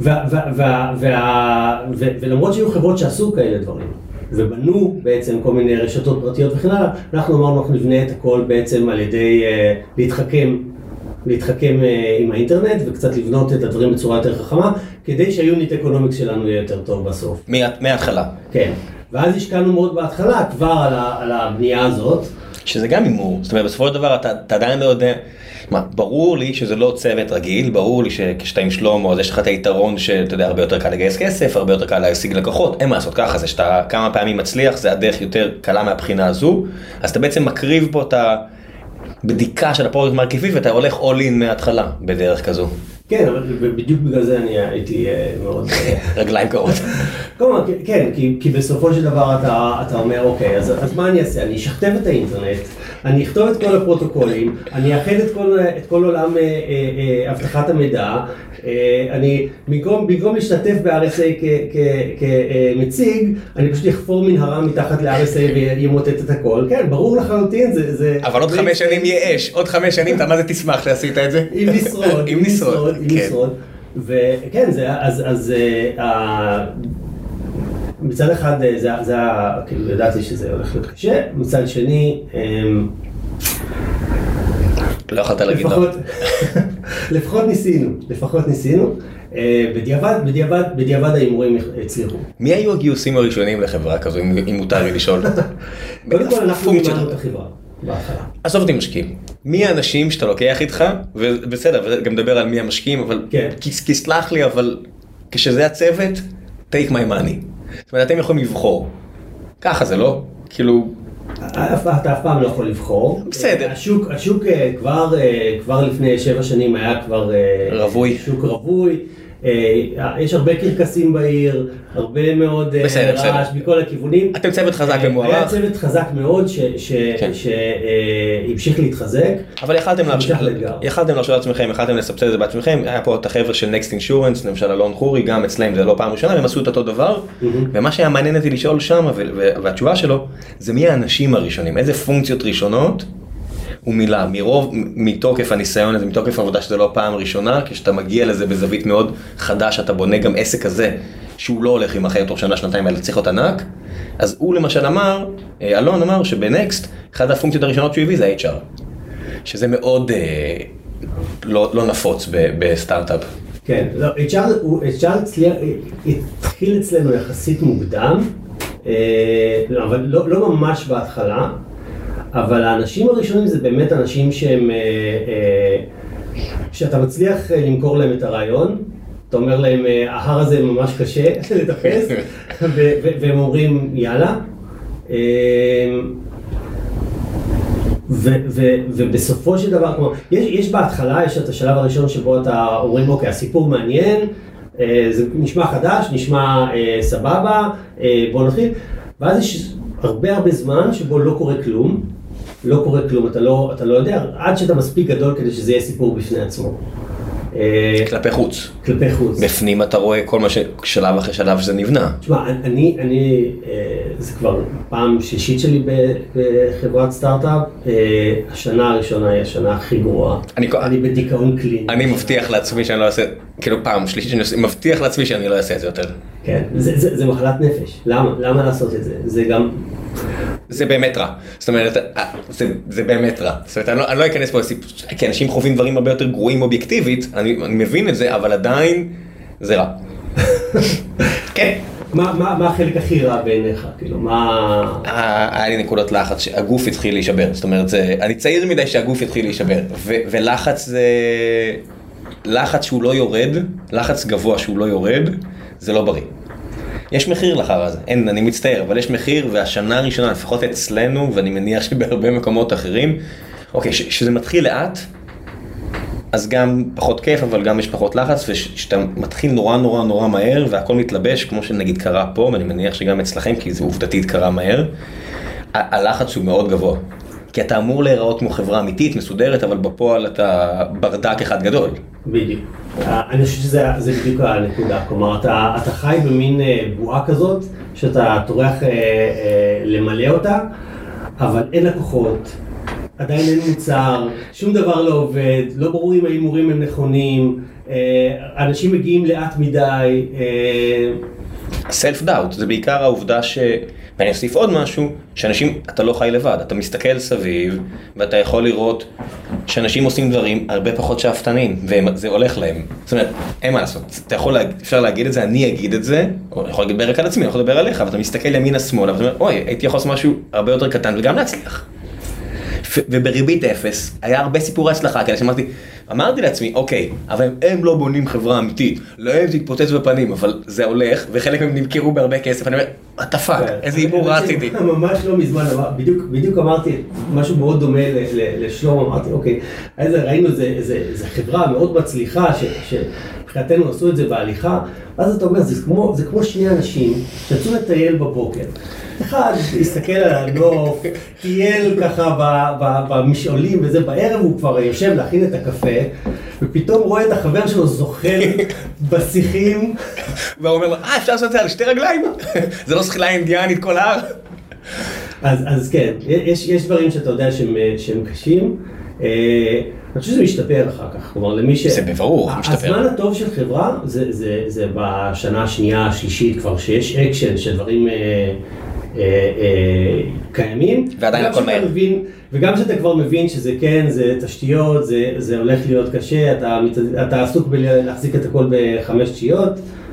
ולמרות שהיו חברות שעשו כאלה דברים, ובנו בעצם כל מיני רשתות פרטיות וכן הלאה, אנחנו אמרנו אנחנו נבנה את הכל בעצם על ידי uh, להתחכם, להתחכם uh, עם האינטרנט וקצת לבנות את הדברים בצורה יותר חכמה, כדי שהיוניט אקונומיקס שלנו יהיה יותר טוב בסוף. מההתחלה. כן. ואז השקענו מאוד בהתחלה כבר על, ה, על הבנייה הזאת. שזה גם אימור, זאת אומרת בסופו של דבר אתה, אתה עדיין לא יודע, מה, ברור לי שזה לא צוות רגיל, ברור לי שכשאתה עם שלמה אז יש לך את היתרון שאתה יודע הרבה יותר קל לגייס כסף, הרבה יותר קל להשיג לקוחות, אין מה לעשות ככה, זה שאתה כמה פעמים מצליח, זה הדרך יותר קלה מהבחינה הזו, אז אתה בעצם מקריב פה את הבדיקה של הפרודקט מרקט פיט ואתה הולך all in מההתחלה בדרך כזו. כן, אבל בדיוק בגלל זה אני הייתי מאוד... רגליים קרות. כלומר, כן, כי, כי בסופו של דבר אתה, אתה אומר, אוקיי, אז, אז מה אני אעשה? אני אשכתב את האינטרנט, אני אכתוב את כל הפרוטוקולים, אני אאחד את כל, את כל עולם אה, אה, אבטחת המידע, אה, אני, במקום, במקום להשתתף ב-אר אס איי כמציג, אני פשוט אחפור מנהרה מתחת ל-אר אס איי וימוטט את הכל. כן, ברור לחלוטין, זה... זה אבל עוד חמש שנים יהיה אש, עוד חמש שנים, אתה מה זה תשמח שעשית את זה? אם נשרוד, אם נשרוד. אם נשרוד. וכן, זה, אז, אז, מצד אחד זה, זה, כאילו, ידעתי שזה הולך להיות קשה, מצד שני, לא יכולת להגיד לא. לפחות ניסינו, לפחות ניסינו, בדיעבד, בדיעבד, בדיעבד האימורים הצליחו. מי היו הגיוסים הראשונים לחברה כזו, אם מותר לי לשאול? קודם כל אנחנו מימנו את החברה. עזוב אותי משקיעים, מי האנשים שאתה לוקח איתך, ובסדר, וגם מדבר על מי המשקיעים, אבל כי סלח לי, אבל כשזה הצוות, take my money. זאת אומרת, אתם יכולים לבחור. ככה זה לא? כאילו... אתה אף פעם לא יכול לבחור. בסדר. השוק, השוק כבר, כבר לפני שבע שנים היה כבר... רווי. שוק רווי. יש הרבה קרקסים בעיר, הרבה מאוד רעש מכל הכיוונים. אתם צוות חזק ומוערך. היה צוות חזק מאוד שהמשיך להתחזק. אבל יכלתם להרשות לעצמכם, יכלתם לסבסד את זה בעצמכם. היה פה את החבר'ה של Next Insurance, למשל אלון חורי, גם אצלם זה לא פעם ראשונה, והם עשו את אותו דבר. ומה שהיה מעניין אותי לשאול שם, והתשובה שלו, זה מי האנשים הראשונים, איזה פונקציות ראשונות. ומילה, מרוב, מתוקף הניסיון הזה, מתוקף העבודה שזה לא פעם ראשונה, כשאתה מגיע לזה בזווית מאוד חדש, אתה בונה גם עסק כזה, שהוא לא הולך עם אחרי תוך שנה, שנתיים האלה, צריך להיות ענק, אז הוא למשל אמר, אלון אמר שבנקסט, אחת הפונקציות הראשונות שהוא הביא זה אייץ' אר, שזה מאוד אה, לא, לא נפוץ ב, בסטארט-אפ. כן, לא, אייץ' אר, אייץ' אר התחיל אצלנו יחסית מוקדם, אה, אבל לא, לא ממש בהתחלה, אבל האנשים הראשונים זה באמת אנשים שהם, שאתה מצליח למכור להם את הרעיון, אתה אומר להם, ההר הזה ממש קשה לטפס, והם אומרים יאללה, ו- ו- ובסופו של דבר, כלומר, יש, יש בהתחלה, יש את השלב הראשון שבו אתה אומרים, אוקיי, הסיפור מעניין, זה נשמע חדש, נשמע סבבה, בוא נתחיל, ואז יש הרבה הרבה זמן שבו לא קורה כלום, לא קורה כלום, אתה לא, אתה לא יודע, עד שאתה מספיק גדול כדי שזה יהיה סיפור בפני עצמו. כלפי חוץ. כלפי חוץ. בפנים אתה רואה כל מה ששלב אחרי שלב שזה נבנה. תשמע, אני, אני, זה כבר פעם שישית שלי בחברת סטארט-אפ, השנה הראשונה היא השנה הכי גרועה. אני, אני בדיכאון קליני. אני מבטיח לעצמי שאני לא אעשה, כאילו פעם שלישית שאני עושה, מבטיח לעצמי שאני לא אעשה את זה יותר. כן, זה, זה, זה מחלת נפש. למה? למה לעשות את זה? זה גם... זה באמת רע, זאת אומרת, זה, זה באמת רע, זאת אומרת, אני לא, אני לא אכנס פה לסיפור, כי אנשים חווים דברים הרבה יותר גרועים אובייקטיבית, אני, אני מבין את זה, אבל עדיין זה רע. כן. מה, מה, מה החלק הכי רע בעיניך? כאילו, מה... היה לי נקודת לחץ שהגוף התחיל להישבר, זאת אומרת, זה, אני צעיר מדי שהגוף התחיל להישבר, ו, ולחץ זה, לחץ שהוא לא יורד, לחץ גבוה שהוא לא יורד, זה לא בריא. יש מחיר לחר הזה, אין, אני מצטער, אבל יש מחיר, והשנה הראשונה, לפחות אצלנו, ואני מניח שבהרבה מקומות אחרים, אוקיי, ש, שזה מתחיל לאט, אז גם פחות כיף, אבל גם יש פחות לחץ, ושאתה מתחיל נורא נורא נורא מהר, והכל מתלבש, כמו שנגיד קרה פה, ואני מניח שגם אצלכם, כי זה עובדתית קרה מהר, ה- הלחץ הוא מאוד גבוה. כי אתה אמור להיראות כמו חברה אמיתית, מסודרת, אבל בפועל אתה ברדק אחד גדול. בדיוק. אני חושב שזה זה בדיוק הנקודה. כלומר, אתה, אתה חי במין בועה כזאת, שאתה טורח אה, אה, למלא אותה, אבל אין לקוחות, עדיין אין מוצר, שום דבר לא עובד, לא ברור אם ההימורים הם נכונים, אה, אנשים מגיעים לאט מדי. סלף דאוט, זה בעיקר העובדה ש... ואני אוסיף עוד משהו, שאנשים, אתה לא חי לבד, אתה מסתכל סביב, ואתה יכול לראות שאנשים עושים דברים הרבה פחות שאפתניים, וזה הולך להם. זאת אומרת, אין מה לעשות, אתה יכול, אפשר להגיד את זה, אני אגיד את זה, או אני יכול לדבר רק על עצמי, אני יכול לדבר עליך, ואתה מסתכל ימינה שמאלה, ואתה אומר, אוי, הייתי יכול לעשות משהו הרבה יותר קטן, וגם להצליח. ובריבית אפס, היה הרבה סיפורי הצלחה, כאלה שאמרתי, אמרתי לעצמי, אוקיי, אבל הם לא בונים חברה אמיתית, להם תתפוצץ בפנים, אבל זה הולך, וחלק מהם נמכרו בהרבה כסף, אני אומר, what the fuck, איזה הימור רציתי. ממש לא מזמן, בדיוק אמרתי משהו מאוד דומה לשלום, אמרתי, אוקיי, ראינו איזו חברה מאוד מצליחה, שמבחינתנו עשו את זה בהליכה, ואז אתה אומר, זה כמו שני אנשים שיצאו לטייל בבוקר. אחד הסתכל על הנוף, טייל ככה במשעולים וזה, בערב הוא כבר יושב להכין את הקפה, ופתאום רואה את החבר שלו זוחל בשיחים. והוא אומר לו, אה, אפשר לעשות את זה על שתי רגליים? זה לא שחילה אינדיאנית כל ההר? אז, אז כן, יש, יש דברים שאתה יודע שהם, שהם קשים. אני חושב שזה משתפר אחר כך, כלומר למי ש... זה בברור, משתפר. הזמן הטוב של חברה זה, זה, זה בשנה השנייה, השלישית כבר, שיש אקשן, שדברים... אה, אה, קיימים, ועדיין הכל מהר. וגם שאתה כבר מבין שזה כן, זה תשתיות, זה, זה הולך להיות קשה, אתה, אתה עסוק בלהחזיק את הכל בחמש תשיות.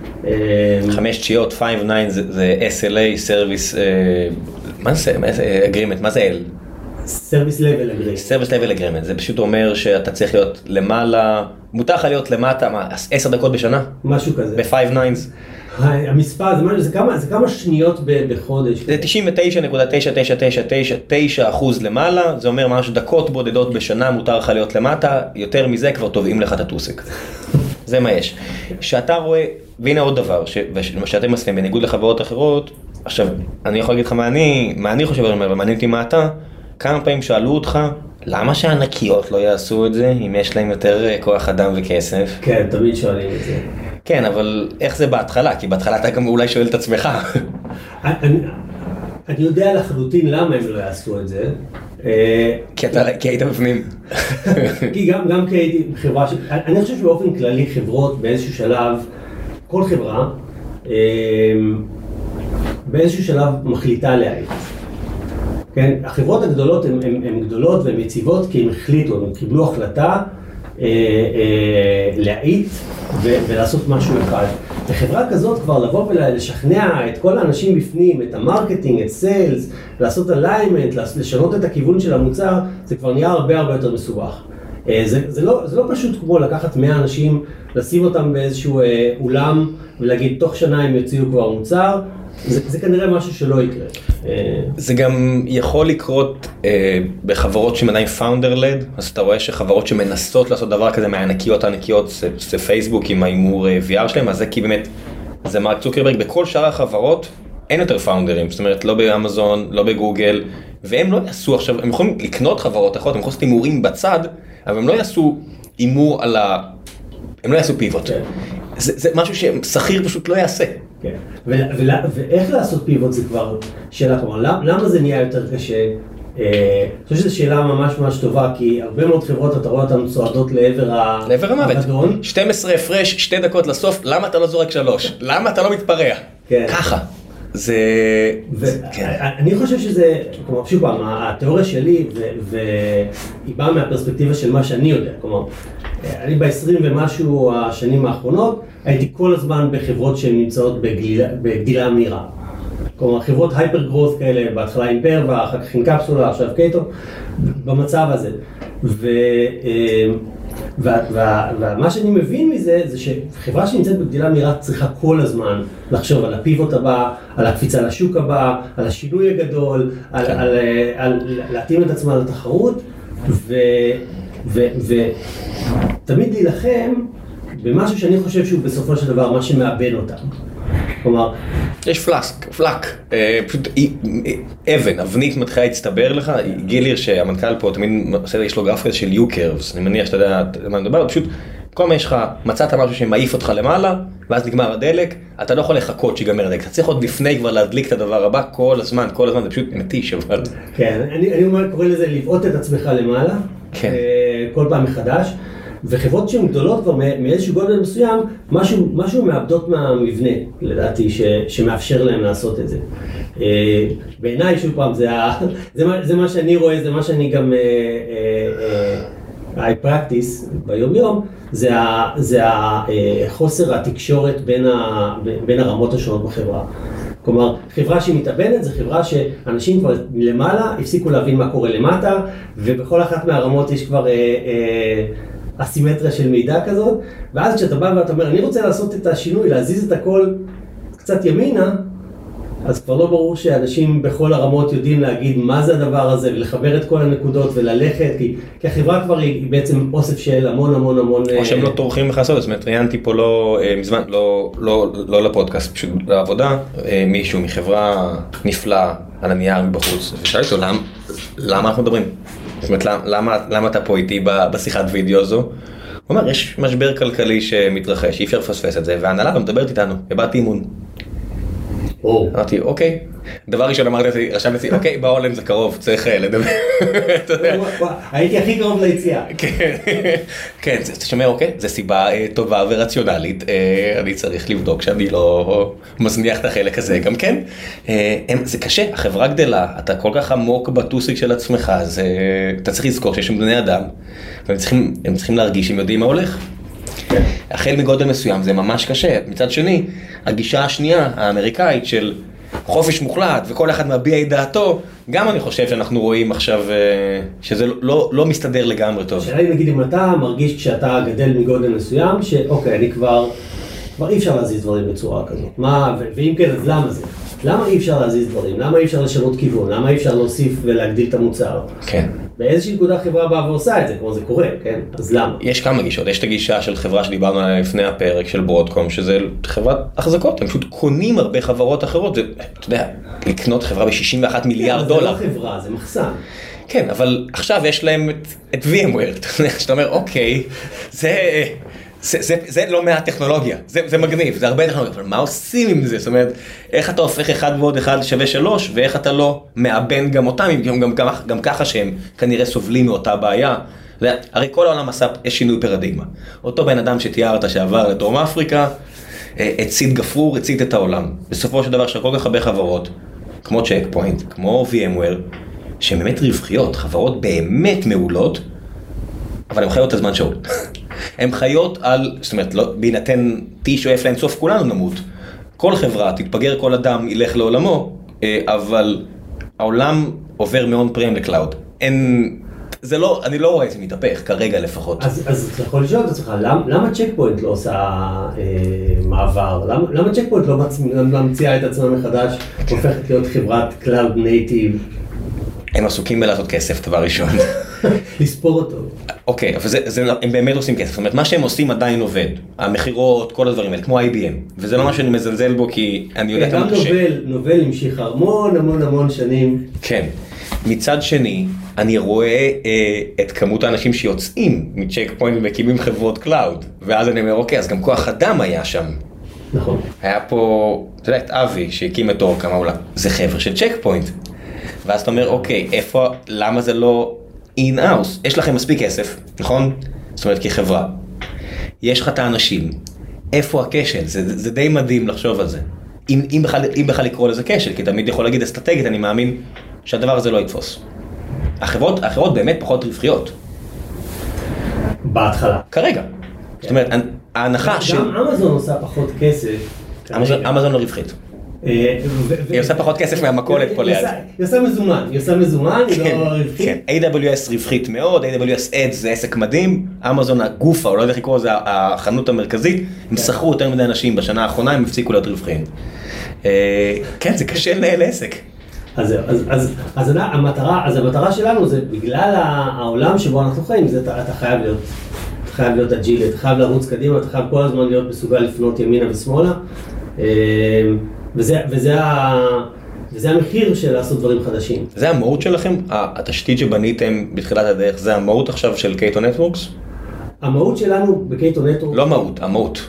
חמש תשיות, חמש תשע זה, זה אס אל איי, Service, מה זה, Agreement, מה זה L? Service Level Agreement. Service Level Agreement, זה פשוט אומר שאתה צריך להיות למעלה, מותר לך להיות למטה, מה, עשר דקות בשנה? משהו כזה. ב-חמש תשע. המספר, זה, זה, כמה, זה כמה שניות בחודש. זה תשעים ותשע נקודה תשע תשע תשע תשע תשע אחוז למעלה, זה אומר ממש דקות בודדות בשנה מותר לך להיות למטה, יותר מזה כבר תובעים לך את הטוסק. זה מה יש. שאתה רואה, והנה עוד דבר, מה שאתם עושים בניגוד לחברות אחרות, עכשיו, אני יכול להגיד לך מה אני, מה אני חושב, אבל מעניין אותי מה אתה, כמה פעמים שאלו אותך, למה שהענקיות לא יעשו את זה, אם יש להם יותר כוח אדם וכסף? כן, תמיד שואלים את זה. כן, אבל איך זה בהתחלה? כי בהתחלה אתה גם אולי שואל את עצמך. אני, אני יודע לחלוטין למה הם לא יעשו את זה. כי, אתה, כי היית בפנים. כי גם, גם כי הייתי חברה, ש... אני חושב שבאופן כללי חברות באיזשהו שלב, כל חברה, באיזשהו שלב מחליטה להעיף. כן? החברות הגדולות הן, הן, הן גדולות והן יציבות כי הן החליטו, הן קיבלו החלטה אה, אה, להעיט ו, ולעשות משהו אחד. בחברה כזאת כבר לבוא ולשכנע את כל האנשים בפנים, את המרקטינג, את סיילס, לעשות אליימנט, לשנות את הכיוון של המוצר, זה כבר נהיה הרבה הרבה יותר מסובך. זה, זה לא, זה לא פשוט כמו לקחת מאה אנשים, לשים אותם באיזשהו אולם ולהגיד תוך שנה הם יוציאו כבר מוצר, זה, זה כנראה משהו שלא יקרה. זה גם יכול לקרות אה, בחברות שהן עדיין founder-led, אז אתה רואה שחברות שמנסות לעשות דבר כזה מהענקיות הענקיות, זה, זה פייסבוק עם האימור אה, וי אר שלהם, אז זה כי באמת, זה מרק צוקרברג, בכל שאר החברות אין יותר פאונדרים, זאת אומרת לא באמזון, לא בגוגל, והם לא יעשו עכשיו, הם יכולים לקנות חברות אחרות, הם יכולים לעשות אימורים בצד, אבל הם לא יעשו אימור על ה... הם לא יעשו פיבוט. Okay. זה, זה משהו ששכיר פשוט לא יעשה. כן. Okay. ואיך לעשות פיבוט זה כבר שאלה כלומר, למה זה נהיה יותר קשה? אני חושב שזו שאלה ממש ממש טובה, כי הרבה מאוד חברות אתה רואה אותן צועדות לעבר ה... לעבר המוות. שתים עשרה הפרש, שתי דקות לסוף, למה אתה לא זורק שלוש? למה אתה לא מתפרע? כן. ככה. זה... אני חושב שזה, כלומר, שוב פעם, התיאוריה שלי, והיא באה מהפרספקטיבה של מה שאני יודע, כלומר, אני ב-עשרים ומשהו השנים האחרונות, הייתי כל הזמן בחברות שהן נמצאות בגדילה מהירה. כלומר, חברות הייפר גרוס כאלה, בהתחלה אימפרווה, אחר כך אינקפסולה, עכשיו קייטו, במצב הזה. ומה שאני מבין מזה, זה שחברה שנמצאת בגדילה מהירה צריכה כל הזמן לחשוב על הפיבוט הבא, על הקפיצה לשוק הבא, על השינוי הגדול, על להתאים את עצמה לתחרות, ותמיד להילחם במשהו שאני חושב שהוא בסופו של דבר מה שמאבד אותם. כלומר, יש פלאסק, פלאק, פשוט אבן, אבנית מתחילה להצטבר לך, גיליר שהמנכ"ל פה תמיד עושה, יש לו גרף כזה של U-curves, אני מניח שאתה יודע מה אני מדבר, פשוט כל מה יש לך, מצאת משהו שמעיף אותך למעלה, ואז נגמר הדלק, אתה לא יכול לחכות שיגמר הדלק, אתה צריך עוד לפני כבר להדליק את הדבר הבא כל הזמן, כל הזמן, זה פשוט מתיש, אבל... כן, אני אומר, קורא לזה לבעוט את עצמך למעלה, כל פעם מחדש, וחברות שהן גדולות כבר מאיזשהו גודל מסוים, משהו, משהו מאבדות מהמבנה, לדעתי, ש, שמאפשר להם לעשות את זה. בעיניי, שוב פעם, זה, זה, מה, זה מה שאני רואה, זה מה שאני גם I practice ביום יום, זה, ה, זה החוסר התקשורת בין, ה, בין הרמות השונות בחברה. כלומר, חברה שהיא מתאבנת, זו חברה שאנשים כבר מלמעלה הפסיקו להבין מה קורה למטה, ובכל אחת מהרמות יש כבר... אה, אה, אסימטריה של מידע כזאת, ואז כשאתה בא ואתה אומר, אני רוצה לעשות את השינוי, להזיז את הכל קצת ימינה, אז כבר לא ברור שאנשים בכל הרמות יודעים להגיד מה זה הדבר הזה, ולחבר את כל הנקודות וללכת, כי, כי החברה כבר היא, היא בעצם אוסף של המון המון המון... או שהם לא טורחים לך לעשות, זאת אומרת, ראיינתי פה לא, מזמן, לא, לא, לא לפודקאסט, פשוט לעבודה, מישהו מחברה נפלאה על הנייר מבחוץ, ושאלתי אותו, למה, למה אנחנו מדברים? זאת אומרת, למה, למה אתה פה איתי בשיחת וידאו הזו? הוא אומר, יש משבר כלכלי שמתרחש, אי אפשר לפספס את זה, וההנהלה לא מדברת איתנו, הבאתי אימון. אמרתי, אוקיי. דבר ראשון אמרתי, רשמתי, אוקיי, בהולנד זה קרוב, צריך לדבר. הייתי הכי קרוב ליציאה. כן, אתה שומע, אוקיי, זו סיבה טובה ורציונלית, אני צריך לבדוק שאני לא מזניח את החלק הזה, גם כן. זה קשה, החברה גדלה, אתה כל כך עמוק בטוסיק של עצמך, אז אתה צריך לזכור שיש שם בני אדם, והם צריכים להרגיש שהם יודעים מה הולך. החל מגודל מסוים זה ממש קשה. מצד שני, הגישה השנייה, האמריקאית של חופש מוחלט וכל אחד מביע את דעתו, גם אני חושב שאנחנו רואים עכשיו שזה לא, לא מסתדר לגמרי טוב. השאלה היא, נגיד, אם אתה מרגיש כשאתה גדל מגודל מסוים, שאוקיי, אני כבר, כבר אי אפשר להזיז דברים בצורה כזאת. מה, ואם כן, אז למה זה? למה אי אפשר להזיז דברים? למה אי אפשר לשנות כיוון? למה אי אפשר להוסיף ולהגדיל את המוצר? כן. באיזושהי נקודה חברה באה ועושה את זה, כמו זה קורה, כן? אז למה? יש כמה גישות, יש את הגישה של חברה שדיברנו עליה לפני הפרק של ברודקום, שזה חברת החזקות, הם פשוט קונים הרבה חברות אחרות, זה, אתה יודע, לקנות חברה ב-שישים ואחד מיליארד דולר. זה לא חברה, זה מחסן. כן, אבל עכשיו יש להם את, את VMware, שאתה אומר, אוקיי, זה... זה, זה, זה לא מעט טכנולוגיה, זה, זה מגניב, זה הרבה טכנולוגיה, אבל מה עושים עם זה? זאת אומרת, איך אתה הופך אחד ועוד אחד שווה שלוש, ואיך אתה לא מאבן גם אותם, גם, גם, גם, גם ככה שהם כנראה סובלים מאותה בעיה. הרי כל העולם עשה שינוי פרדיגמה. אותו בן אדם שתיארת שעבר לדרום אפריקה, הצית גפרור, הצית את העולם. בסופו של דבר של כל כך הרבה חברות, כמו צ'ק פוינט, כמו VMware, שהן באמת רווחיות, חברות באמת מעולות, אבל הן חיות את הזמן שאול. הן חיות על, זאת אומרת, לא, בהינתן T שואף להם סוף כולנו נמות. כל חברה, תתפגר כל אדם, ילך לעולמו, אבל העולם עובר מאון פריים לקלאוד. אין, זה לא, אני לא רואה את זה מתהפך, כרגע לפחות. אז, אז אתה יכול לשאול את עצמך, למה, למה צ'ק פוינט לא עושה אה, מעבר? למה, למה צ'ק פוינט לא ממציאה את עצמה מחדש, הופכת להיות חברת קלאוד נייטיב? הם עסוקים בלעשות כסף, דבר ראשון. לספור אותו. אוקיי, אבל זה, זה, הם באמת עושים כסף. זאת אומרת, מה שהם עושים עדיין עובד. המחירות, כל הדברים האלה, כמו איי בי אם. וזה לא מה שאני מזלזל בו, כי אני יודע כמה קשה. גם נובל, נובל המשיך המון המון המון שנים. כן. מצד שני, אני רואה אה, את כמות האנשים שיוצאים מצ'ק פוינט ומקימים חברות קלאוד. ואז אני אומר, אוקיי, אז גם כוח אדם היה שם. נכון. היה פה, אתה יודע, את אבי שהקים את אורקה, מה אולי? זה חבר'ה של צ'ק פוינט. ואז אתה אומר, אוקיי, איפה, למה זה לא in-house? יש לכם מספיק כסף, נכון? זאת אומרת, כחברה. יש לך את האנשים. איפה הכשל? זה, זה די מדהים לחשוב על זה. אם, אם, בכלל, אם בכלל לקרוא לזה כשל, כי תמיד יכול להגיד אסטרטגית, אני מאמין שהדבר הזה לא יתפוס. החברות, החברות באמת פחות רווחיות. בהתחלה. כרגע. זאת אומרת, ההנחה של... גם אמזון עושה פחות כסף. אמזון לא רווחית. היא עושה פחות כסף מהמכולת פה ליד. היא עושה מזומן, היא עושה מזומן, היא לא רווחית. כן, איי דאבליו אס רווחית מאוד, איי דאבליו אס Ads זה עסק מדהים, אמזון הגופה, או לא יודע איך לקרוא, זה החנות המרכזית, הם שכרו יותר מדי אנשים בשנה האחרונה, הם הפסיקו להיות רווחיים. כן, זה קשה לנהל עסק. אז, אז, אז, אז המטרה, אז המטרה שלנו זה בגלל העולם שבו אנחנו חיים, זה אתה, אתה חייב להיות, אתה חייב להיות אג'ילי, אתה חייב לרוץ קדימה, אתה חייב כל הזמן להיות מסוגל לפנות ימינה ושמאלה, וזה, וזה, וזה המחיר של לעשות דברים חדשים. זה המהות שלכם? התשתית שבניתם בתחילת הדרך, זה המהות עכשיו של קייטו נטוורקס? המהות שלנו בקייטו נטוורקס... לא מהות, המהות.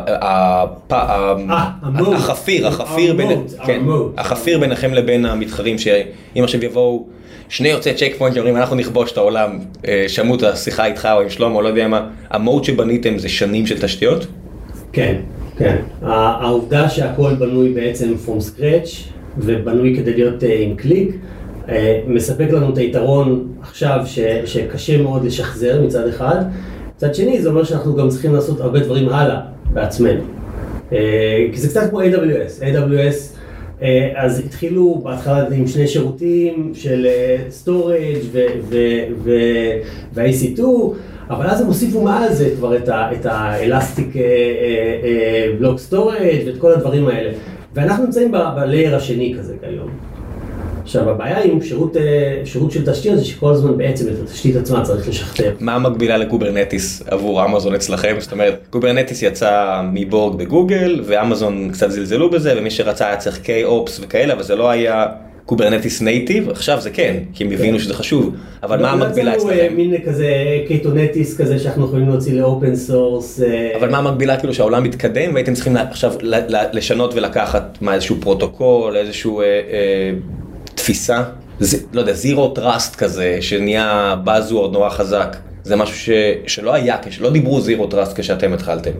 החפיר, החפיר החפיר ביניכם לבין המתחרים, שאם עכשיו יבואו שני יוצאי צ'ק פוינט שאומרים, אנחנו נכבוש את העולם, שמעו את השיחה איתך או עם שלום, או לא יודע מה, המהות שבניתם זה שנים של תשתיות? כן, כן. העובדה שהכל בנוי בעצם from scratch, ובנוי כדי להיות עם קליק, מספק לנו את היתרון עכשיו שקשה מאוד לשחזר מצד אחד, מצד שני, זה אומר שאנחנו גם צריכים לעשות הרבה דברים הלאה בעצמנו. כי זה קצת כמו איי דאבליו אס. איי דאבליו אס, אז התחילו בהתחלה עם שני שירותים של storage ו-איי סי טו, אבל אז הם הוסיפו מעל זה כבר את ה-Elastic Block Storage ואת כל הדברים האלה. ואנחנו נמצאים בלייר השני כזה כיום. עכשיו, הבעיה עם שירות, שירות של תשתיות זה שכל הזמן בעצם את התשתית עצמה צריך לשכתב. מה המקבילה לקוברנטיס עבור אמזון אצלכם? זאת אומרת, קוברנטיס יצא מבורג בגוגל, ואמזון קצת זלזלו בזה, ומי שרצה היה צריך קיי-אופס וכאלה, אבל זה לא היה קוברנטיס נייטיב, עכשיו זה כן, כי הם הבינו שזה חשוב, אבל מה המקבילה אצלכם? מין כזה קייטונטיס כזה שאנחנו יכולים להוציא לאופן סורס. אבל מה המקבילה כאילו שהעולם מתקדם, והייתם צריכים עכשיו לשנות ולקחת מה איזשהו פרוטוקול, איזשהו... תפיסה, זה, לא יודע, זירו טראסט כזה, שנהיה בזוורד נורא חזק, זה משהו ש, שלא היה, שלא דיברו זירו טראסט כשאתם התחלתם.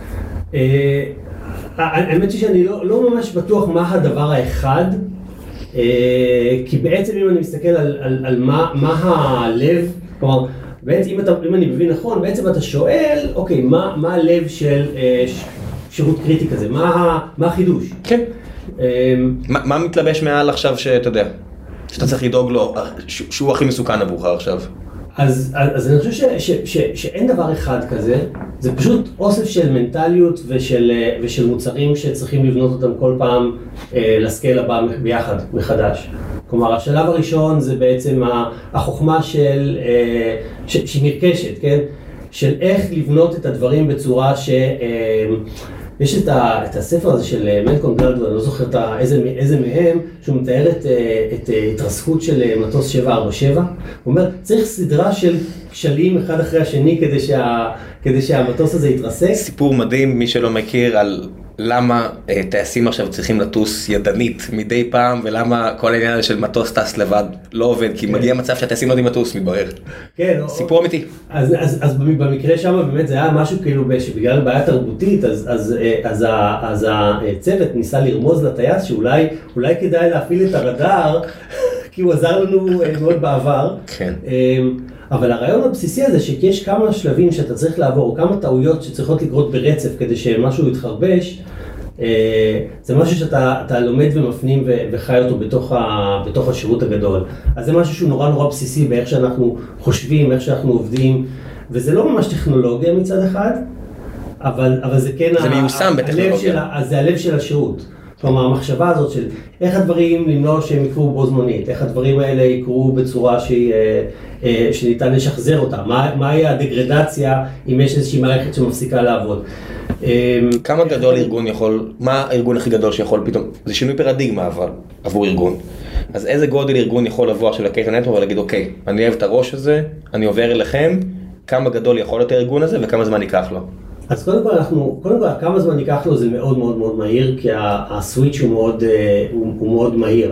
האמת היא שאני לא, לא ממש בטוח מה הדבר האחד, כי בעצם אם אני מסתכל על, על, על מה, מה הלב, כלומר, בעצם אם, אתה, אם אני מבין נכון, בעצם אתה שואל, אוקיי, מה, מה הלב של שירות קריטי כזה, מה, מה החידוש? כן. מה, מה מתלבש מעל עכשיו שאתה יודע, שאתה צריך לדאוג לו, שהוא הכי מסוכן עבורך עכשיו? אז, אז אני חושב ש, ש, ש, שאין דבר אחד כזה, זה פשוט אוסף של מנטליות ושל, ושל מוצרים שצריכים לבנות אותם כל פעם אה, לסקייל הבא ביחד, מחדש. כלומר, השלב הראשון זה בעצם החוכמה של, אה, ש, שנרכשת, כן? של איך לבנות את הדברים בצורה ש... אה, יש את, ה, את הספר הזה של מלקום גלדוול, אני לא זוכר את ה, איזה, איזה מהם, שהוא מתאר את, את התרסקות של מטוס שבע ארבע שבע. הוא אומר, צריך סדרה של כשלים אחד אחרי השני כדי, שה, כדי שהמטוס הזה יתרסק. סיפור מדהים, מי שלא מכיר, על למה טייסים עכשיו צריכים לטוס ידנית מדי פעם, ולמה כל העניין הזה של מטוס טס לבד לא עובד, כי כן. מגיע מצב שהטייסים לא יודעים לטוס, מתברר. כן. סיפור אמיתי. אז, אז, אז במקרה שם באמת זה היה משהו כאילו, שבגלל בעיה תרבותית, אז, אז, אז, אז הצוות ניסה לרמוז לטייס שאולי אולי כדאי להפעיל את הרדאר, כי הוא עזר לנו מאוד בעבר. כן. אבל הרעיון הבסיסי הזה שיש כמה שלבים שאתה צריך לעבור, או כמה טעויות שצריכות לקרות ברצף כדי שמשהו יתחרבש, זה משהו שאתה אתה לומד ומפנים וחי אותו בתוך, ה, בתוך השירות הגדול. אז זה משהו שהוא נורא נורא בסיסי באיך שאנחנו חושבים, איך שאנחנו עובדים, וזה לא ממש טכנולוגיה מצד אחד, אבל, אבל זה כן... זה מיושם בטכנולוגיה. אז זה הלב של השירות. כלומר, המחשבה הזאת של איך הדברים למנוע שהם יקרו בו זמנית, איך הדברים האלה יקרו בצורה שהיא, שניתן לשחזר אותה, מה, מה היא הדגרדציה אם יש איזושהי מערכת שמפסיקה לעבוד. כמה גדול ארגון יכול, מה הארגון הכי גדול שיכול פתאום, זה שינוי פרדיגמה אבל, עבור ארגון. אז איזה גודל ארגון יכול לבוא עכשיו לקייטון נטוורק ולהגיד, אוקיי, אני אוהב את הראש הזה, אני עובר אליכם, כמה גדול יכול להיות הארגון הזה וכמה זמן ייקח לו? אז קודם כל אנחנו, קודם כל כמה זמן ייקח לו זה מאוד מאוד מאוד מהיר, כי הסוויץ' הוא מאוד, הוא, הוא מאוד מהיר.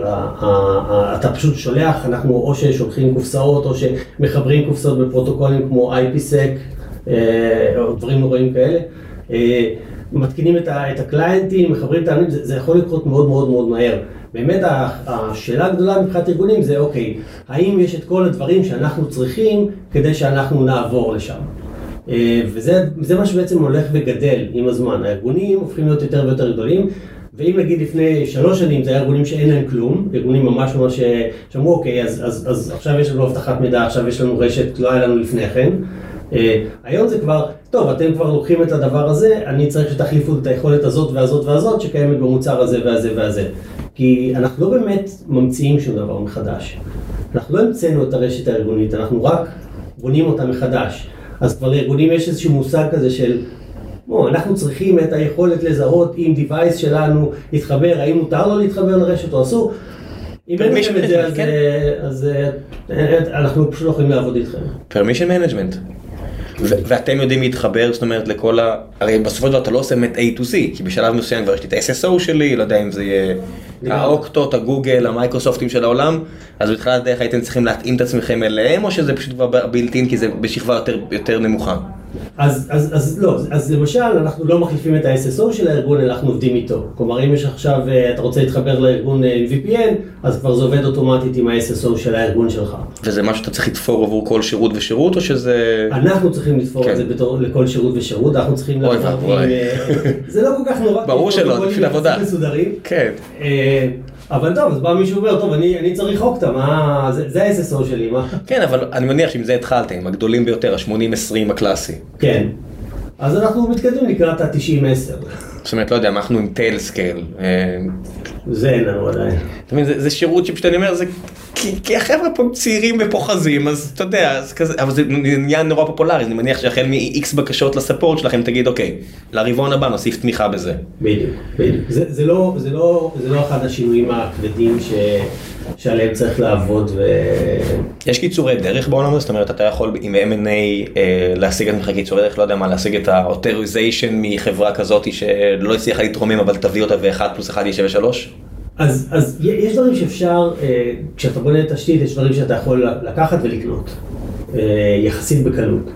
אתה פשוט שולח, אנחנו או ששולחים קופסאות או שמחברים קופסאות בפרוטוקולים כמו איי פי סק, או דברים נוראים כאלה. מתקינים את הקליינטים, מחברים את העניינים, זה, זה יכול לקרות מאוד מאוד מאוד מהר. באמת השאלה הגדולה מבחינת ארגונים זה, אוקיי, האם יש את כל הדברים שאנחנו צריכים כדי שאנחנו נעבור לשם? וזה זה מה שבעצם הולך וגדל עם הזמן. הארגונים הופכים להיות יותר ויותר גדולים, ואם נגיד לפני שלוש שנים זה היה ארגונים שאין להם כלום, ארגונים ממש ממש שאמרו, אוקיי, אז, אז, אז עכשיו יש לנו הבטחת מידע, עכשיו יש לנו רשת, לא היה לנו לפני כן. היום זה כבר, טוב, אתם כבר לוקחים את הדבר הזה, אני צריך שתחליפו את היכולת הזאת והזאת והזאת שקיימת במוצר הזה והזה והזה. כי אנחנו לא באמת ממציאים שום דבר מחדש. אנחנו לא המצאנו את הרשת הארגונית, אנחנו רק בונים אותה מחדש. אז כבר לארגונים יש איזשהו מושג כזה של, בוא, אנחנו צריכים את היכולת לזהות אם דיווייס שלנו יתחבר, האם מותר לו להתחבר לרשת או אסור. אם אין לכם את זה, אז, אז אנחנו פשוט לא יכולים לעבוד איתכם. Permission management. ואתם יודעים להתחבר, זאת אומרת, לכל ה... הרי בסופו של דבר אתה לא עושה את A to Z, כי בשלב מסוים כבר יש לי את ה-אס אס או שלי, לא יודע אם זה יהיה האוקטות, הגוגל, המייקרוסופטים של העולם, אז בתחילת הדרך הייתם צריכים להתאים את עצמכם אליהם, או שזה פשוט כבר בילטין, כי זה בשכבה יותר, יותר נמוכה? אז, אז, אז לא, אז למשל, אנחנו לא מחליפים את ה-אס אס או של הארגון, אלא אנחנו עובדים איתו. כלומר, אם יש עכשיו, אתה רוצה להתחבר לארגון וי פי אן, אז כבר זה עובד אוטומטית עם ה-אס אס או של הארגון שלך. וזה מה שאתה צריך לתפור עבור כל שירות ושירות, או שזה... אנחנו צריכים לתפור כן. את זה בתור, לכל שירות ושירות, אנחנו צריכים לעבוד עם... זה לא כל כך נורא. ברור שלא, בשביל עבודה. מסודרים. כן. אבל טוב, אז בא מישהו אומר, טוב, אני, אני צריך אוקטה, מה, זה, זה ה-אס אס או שלי, מה? כן, אבל אני מניח שעם זה התחלתם, הגדולים ביותר, ה-שמונים עשרים הקלאסי. כן. אז אנחנו מתקדמים לקראת ה-תשעים עשר. זאת אומרת, לא יודע, אנחנו עם טיילסקייל. זה אין לנו עדיין. זה, זה שירות שפשוט אני אומר, זה... כי, כי החבר'ה פה צעירים ופוחזים, אז אתה יודע, אז כזה, אבל זה עניין נורא פופולרי, אני מניח שהחל מ-X בקשות לספורט שלכם, תגיד, אוקיי, לרבעון הבא נוסיף תמיכה בזה. בדיוק, בדיוק. זה, זה לא, זה לא, זה לא אחד השינויים הכבדים ש... שעליהם צריך לעבוד ו... יש קיצורי דרך בעולם הזה? זאת אומרת, אתה יכול עם אם אנד איי להשיג את ממך קיצורי דרך, לא יודע מה, להשיג את ה-authorization מחברה כזאת שלא הצליחה להתרומם, אבל תביא אותה ו-אחד פלוס אחד יהיה שווה שלוש? אז, אז יש דברים שאפשר, כשאתה בונה תשתית, יש דברים שאתה יכול לקחת ולקנות, יחסית בקלות.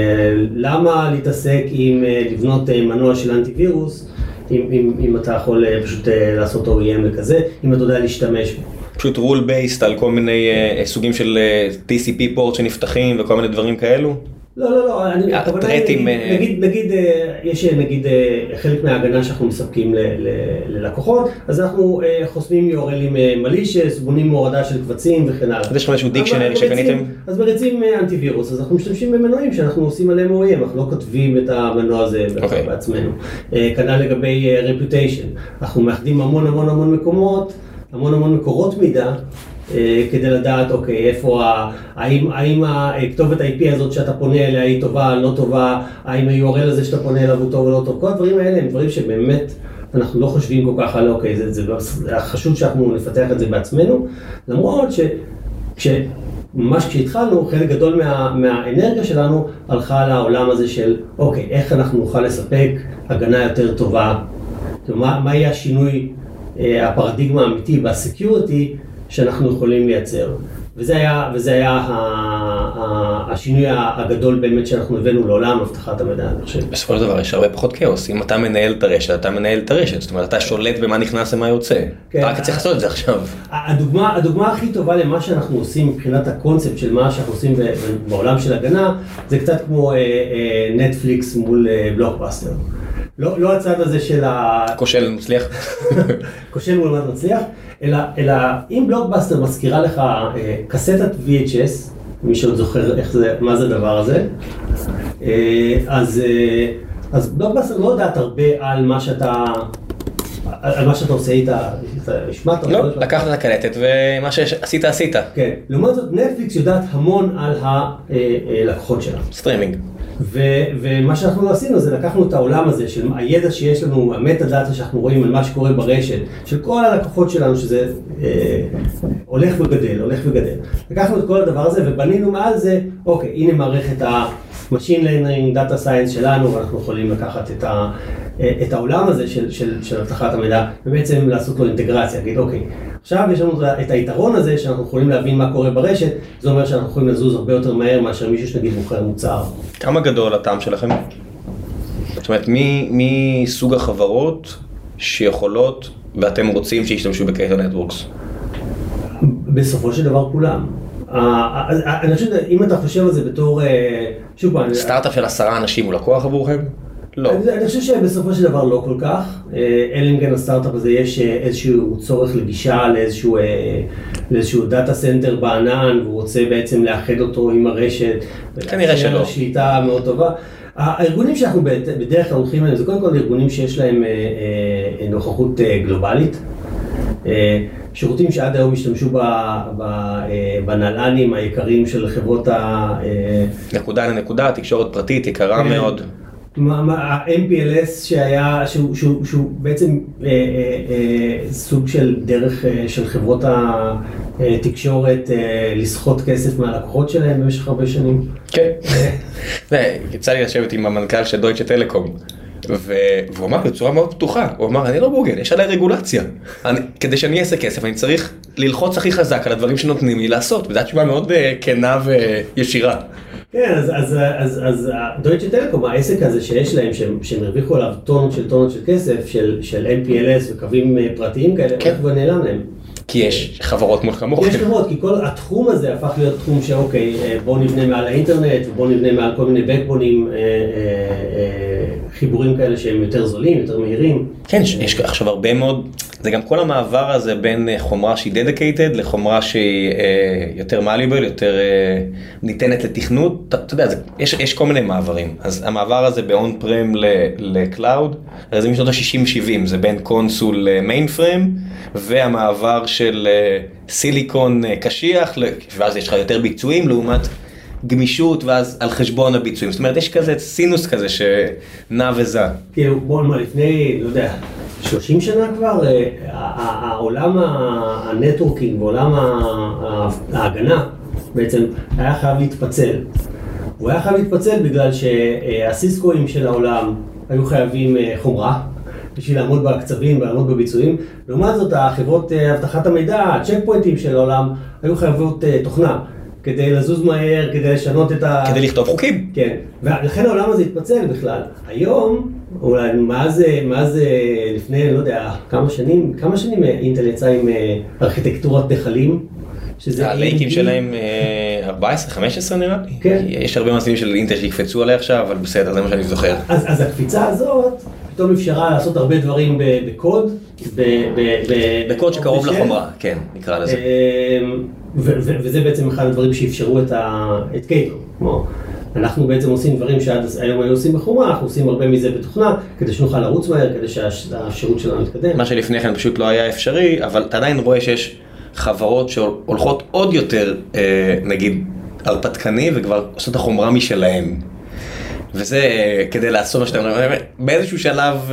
למה להתעסק עם לבנות מנוע של אנטיווירוס, אם, אם, אם אתה יכול פשוט לעשות או אי אם לכזה, אם אתה יודע להשתמש בו. פשוט rule based על כל מיני uh, סוגים של uh, טי סי פי פורט שנפתחים וכל מיני דברים כאלו? לא, לא, לא, אני, הטרטים... נגיד, נגיד, יש נגיד חלק מההגנה שאנחנו מספקים ל, ל, ללקוחות, אז אנחנו חוסמים יורלים מלישס, בונים מורדה של קבצים וכן הלאה. אז יש לך איזשהו דיקשנרי שקניתם? אז מריצים אנטיווירוס, אז אנחנו משתמשים במנועים שאנחנו עושים עליהם או אי אם, אנחנו לא כותבים את המנוע הזה okay. בעצמנו. כנ"ל לגבי reputation, אנחנו מאחדים המון המון המון מקומות, המון המון מקורות מידע, כדי לדעת, אוקיי, איפה, האם, האם הכתובת איי פי הזאת שאתה פונה אליה היא טובה, לא טובה, האם ה-יו אר אל הזה שאתה פונה אליו הוא טוב או לא טוב, כל הדברים האלה הם דברים שבאמת אנחנו לא חושבים כל כך על, אוקיי, זה, זה, זה חשוב שאנחנו נפתח את זה בעצמנו, למרות שממש כשהתחלנו, חלק גדול מה, מהאנרגיה שלנו הלכה לעולם הזה של, אוקיי, איך אנחנו נוכל לספק הגנה יותר טובה, מה, מה יהיה השינוי, הפרדיגמה האמיתי והסקיוריטי, שאנחנו יכולים לייצר. וזה היה, וזה היה ה, ה, השינוי הגדול באמת שאנחנו הבאנו לעולם, הבטחת המידע, אני חושב. בסופו של דבר יש הרבה פחות כאוס. אם אתה מנהל את הרשת, אתה מנהל את הרשת. זאת אומרת, אתה שולט במה נכנס ומה יוצא. כן, אתה רק צריך לעשות את זה עכשיו. הדוגמה, הדוגמה הכי טובה למה שאנחנו עושים מבחינת הקונספט של מה שאנחנו עושים בעולם של הגנה, זה קצת כמו נטפליקס מול בלוקבאסטר. לא, לא הצד הזה של ה... כושל מצליח. כושל מול מצליח, אלא, אלא אם בלוקבאסטר מזכירה לך אה, קסטת וי אייץ' אס, מי שעוד זוכר איך זה, מה זה הדבר הזה, אה, אז, אה, אז בלוקבאסטר לא יודעת הרבה על מה שאתה, על מה שאתה עושה איתה, השמעת? לא, לקחת את הקלטת ומה שעשית עשית. כן, לעומת זאת נטפליקס יודעת המון על הלקוחות שלה. סטרימינג. ו- ומה שאנחנו לא עשינו זה לקחנו את העולם הזה של הידע שיש לנו, המטה דאטה שאנחנו רואים על מה שקורה ברשת, של כל הלקוחות שלנו שזה אה, הולך וגדל, הולך וגדל. לקחנו את כל הדבר הזה ובנינו מעל זה, אוקיי, הנה מערכת ה-Machine Learning, Data Science שלנו, ואנחנו יכולים לקחת את, ה- את העולם הזה של, של, של הבטחת המידע, ובעצם לעשות לו אינטגרציה, להגיד אוקיי, עכשיו יש לנו את היתרון הזה שאנחנו יכולים להבין מה קורה ברשת, זה אומר שאנחנו יכולים לזוז הרבה יותר מהר מאשר מישהו שנגיד מוכר מוצר. כמה גדול הטעם שלכם? זאת אומרת, מי, מי סוג החברות שיכולות ואתם רוצים שישתמשו בקייטון נטוורקס? בסופו של דבר כולם. אני חושב, אם אתה חושב על זה בתור, שוב פעם... סטארט-אפ של עשרה אנשים הוא לקוח עבורכם? לא. אני חושב שבסופו של דבר לא כל כך. אלא אם כן הסטארט-אפ הזה יש איזשהו צורך לגישה לאיזשהו, לאיזשהו דאטה סנטר בענן, והוא רוצה בעצם לאחד אותו עם הרשת. כנראה שלא. שליטה מאוד טובה. הארגונים שאנחנו בדרך כלל הולכים עליהם, זה קודם כל ארגונים שיש להם נוכחות גלובלית. שירותים שעד היום השתמשו בנל"נים היקרים של חברות ה... נקודה לנקודה, תקשורת פרטית, יקרה מאוד. ה-אם פי אל אס שהיה, שהוא, שהוא, שהוא בעצם אה, אה, אה, סוג של דרך אה, של חברות התקשורת אה, לסחוט כסף מהלקוחות שלהם במשך הרבה שנים. כן. יצא לי לשבת עם המנכ"ל של דויטשה טלקום, והוא אמר בצורה מאוד פתוחה, הוא אמר, אני לא גוגל, יש עליי רגולציה. אני, כדי שאני אעשה כסף, אני צריך ללחוץ הכי חזק על הדברים שנותנים לי לעשות, וזו התשובה מאוד כנה וישירה. כן, אז, אז, אז, אז דויטשה טלקום, העסק הזה שיש להם, שהם, שהם הרוויחו עליו טונות של טונות של כסף, של, של אם פי אל אס וקווים פרטיים כאלה, כן. כבר נעלם להם. כי יש חברות מול כמוך. יש חברות, כי כל התחום הזה הפך להיות תחום שאוקיי, בואו נבנה מעל האינטרנט, ובואו נבנה מעל כל מיני בקבונים, חיבורים כאלה שהם יותר זולים, יותר מהירים. כן, יש עכשיו הרבה מאוד, זה גם כל המעבר הזה בין חומרה שהיא dedicated לחומרה שהיא יותר malleable, יותר ניתנת לתכנות, אתה יודע, יש, יש כל מיני מעברים. אז המעבר הזה ב-on prem ל-cloud, הרי זה משנות ה-שישים שבעים, זה בין קונסול ל-mainframe, והמעבר של סיליקון קשיח, ואז יש לך יותר ביצועים לעומת גמישות, ואז על חשבון הביצועים. זאת אומרת, יש כזה סינוס כזה שנע וזה. כאילו, בוא נאמר, לפני, לא יודע, שלושים שנה כבר, העולם הנטוורקינג ועולם ההגנה בעצם היה חייב להתפצל. הוא היה חייב להתפצל בגלל שהסיסקואים של העולם היו חייבים חומרה, בשביל לעמוד בקצבים ולעמוד בביצועים. לעומת זאת, החברות אבטחת המידע, הצ'ק פוינטים של העולם, היו חייבות תוכנה. כדי לזוז מהר, כדי לשנות את ה... כדי לכתוב חוקים. כן, ולכן העולם הזה התפצל בכלל. היום, אולי מאז, מאז לפני, לא יודע, כמה שנים, כמה שנים אינטל יצא עם ארכיטקטורת נחלים? הלייקים שלהם ארבע עשרה חמש עשרה נראה לי. כן. יש הרבה מעשים של אינטל שיקפצו עליה עכשיו, אבל בסדר, זה מה שאני זוכר. אז, אז הקפיצה הזאת, פתאום אפשרה לעשות הרבה דברים בקוד. בקוד שקרוב לחומרה, כן, נקרא לזה. וזה בעצם אחד הדברים שאפשרו את קייטון. כמו, אנחנו בעצם עושים דברים שעד היום היו עושים בחומרה, אנחנו עושים הרבה מזה בתוכנה, כדי שנוכל לרוץ מהר, כדי שהשירות שלנו יתקדם. מה שלפני כן פשוט לא היה אפשרי, אבל אתה עדיין רואה שיש חברות שהולכות עוד יותר, נגיד, הרפתקני, וכבר עושות החומרה משלהם. וזה כדי לעשות מה שאתם אומרים, באיזשהו שלב,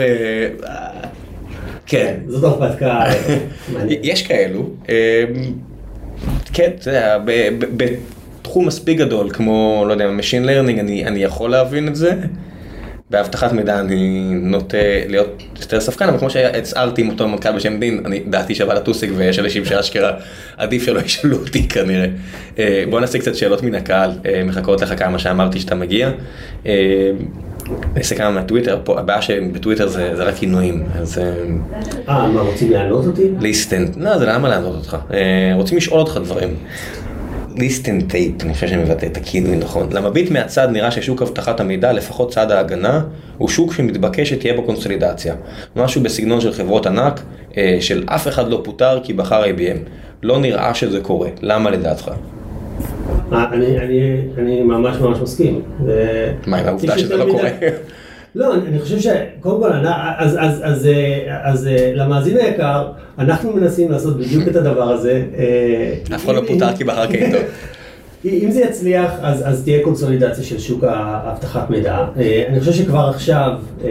כן. זאת הרפתקה. יש כאלו. כן, אתה יודע, בתחום מספיק גדול, כמו, לא יודע, Machine Learning, אני, אני יכול להבין את זה. בהבטחת מידע אני נוטה להיות יותר ספקן, אבל כמו שהצערתי עם אותו מנכ"ל בשם דין, אני דעתי שווה לטוסיק, ויש אנשים שאשכרה עדיף שלא ישאלו אותי כנראה. בואו נעשה קצת שאלות מן הקהל, מחכות לך כמה שאמרתי שאתה מגיע. נעשה כמה מהטוויטר, הבעיה שבטוויטר זה, זה רק עינויים, אז... אה, מה, רוצים לענות אותי? ליסטנט, לא, זה למה לענות אותך? רוצים לשאול אותך דברים. distant tape, אני חושב שאני מבטא את הכינוי נכון. למביט מהצד נראה ששוק הבטחת המידע, לפחות צד ההגנה, הוא שוק שמתבקש שתהיה בו קונסולידציה. משהו בסגנון של חברות ענק, של אף אחד לא פוטר כי בחר איי בי אם. לא נראה שזה קורה. למה לדעתך? אני, אני, אני ממש ממש מסכים. מה עם העובדה שזה לא קורה? לא, אני חושב שקודם כל, אז, אז, אז, אז למאזין היקר, אנחנו מנסים לעשות בדיוק את הדבר הזה. אף אחד לא פוטר כי בחר קייטו. אם זה יצליח, אז, אז תהיה קונסולידציה של שוק האבטחת מידע. אני חושב שכבר עכשיו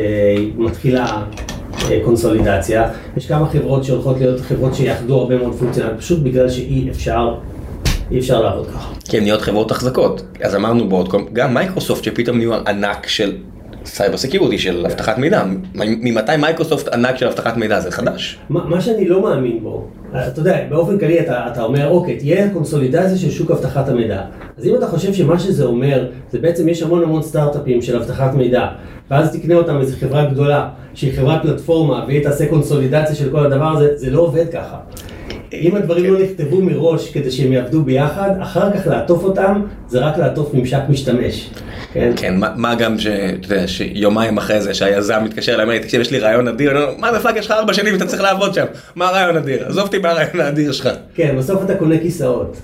מתחילה קונסולידציה. יש כמה חברות שהולכות להיות חברות שיאחדו הרבה מאוד פונקציונליות, פשוט בגלל שאי אפשר, אי אפשר לעבוד ככה. כן, נהיות חברות החזקות. אז אמרנו בעוד, גם מייקרוסופט שפתאום נהיו ענק של סייבר סקיוריטי, של אבטחת מידע. ממתי מייקרוסופט ענק של אבטחת מידע? זה חדש? מה שאני לא מאמין בו, אתה יודע, באופן כללי אתה, אתה אומר, אוקיי, תהיה קונסולידציה של שוק אבטחת המידע. אז אם אתה חושב שמה שזה אומר, זה בעצם יש המון המון סטארט-אפים של אבטחת מידע, ואז תקנה אותם איזו חברה גדולה, שהיא חברת פלטפורמה, והיא תעשה קונסולידציה של כל הדבר הזה, זה לא עובד ככה. אם הדברים לא נכתבו מראש כדי שהם יעבדו ביחד, אחר כך לעטוף אותם, זה רק לעטוף ממשק משתמש. כן, מה גם שיומיים אחרי זה שהיזם מתקשר אליי, תקשיב, יש לי רעיון אדיר, מה זה פאק, יש לך ארבע שנים ואתה צריך לעבוד שם, מה הרעיון אדיר? עזוב אותי מה הרעיון האדיר שלך. כן, בסוף אתה קונה כיסאות.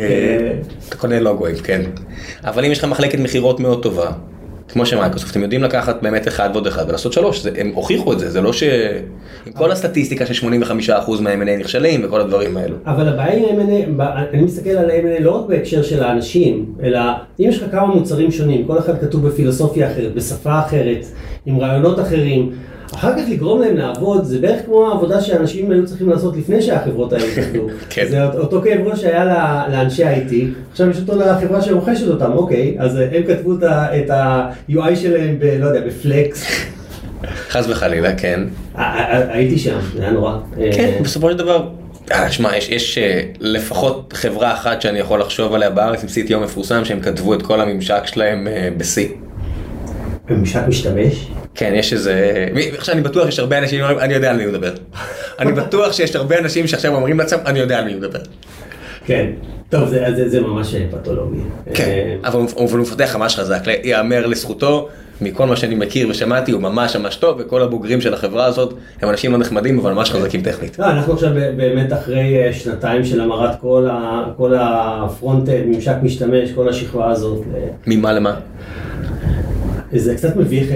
אתה קונה לוגויים, כן. אבל אם יש לך מחלקת מחירות מאוד טובה, כמו שמייקרוסופט, הם יודעים לקחת באמת אחד ועוד אחד ולעשות שלוש, הם הוכיחו את זה, זה לא ש... עם כל הסטטיסטיקה של שמונים וחמישה אחוז מה-אם אנד איי נכשלים וכל הדברים האלו. אבל הבעיה עם ה-אם אנד איי, אני מסתכל על ה-אם אנד איי לא רק בהקשר של האנשים, אלא אם יש לך כמה מוצרים שונים, כל אחד כתוב בפילוסופיה אחרת, בשפה אחרת, עם רעיונות אחרים, אחר כך לגרום להם לעבוד, זה בערך כמו העבודה שאנשים היו צריכים לעשות לפני שהחברות האלה כתבו. זה אותו כאב ראש שהיה לאנשי איי טי, עכשיו יש אותו לחברה שרוכשת אותם, אוקיי, אז הם כתבו את ה-יו איי שלהם, לא יודע, בפלקס. חס וחלילה, כן. הייתי שם, זה היה נורא. כן, בסופו של דבר, שמע, יש לפחות חברה אחת שאני יכול לחשוב עליה בארץ, עם סי טי או מפורסם, שהם כתבו את כל הממשק שלהם ב-C. בממשק משתמש? כן, יש איזה... עכשיו אני בטוח שיש הרבה אנשים שאומרים, אני יודע על מי מדבר. אני בטוח שיש הרבה אנשים שעכשיו אומרים לעצמם, אני יודע על מי מדבר. כן, טוב, זה, זה, זה ממש פתולוגי. כן, אבל הוא מפתח ממש חזק, יאמר לזכותו, מכל מה שאני מכיר ושמעתי, הוא ממש ממש טוב, וכל הבוגרים של החברה הזאת הם אנשים לא נחמדים, אבל ממש חזקים טכנית. לא, אנחנו עכשיו באמת אחרי שנתיים של המרת כל, ה, כל הפרונט, ממשק משתמש, כל השכבה הזאת. ממה למה? זה קצת מביך.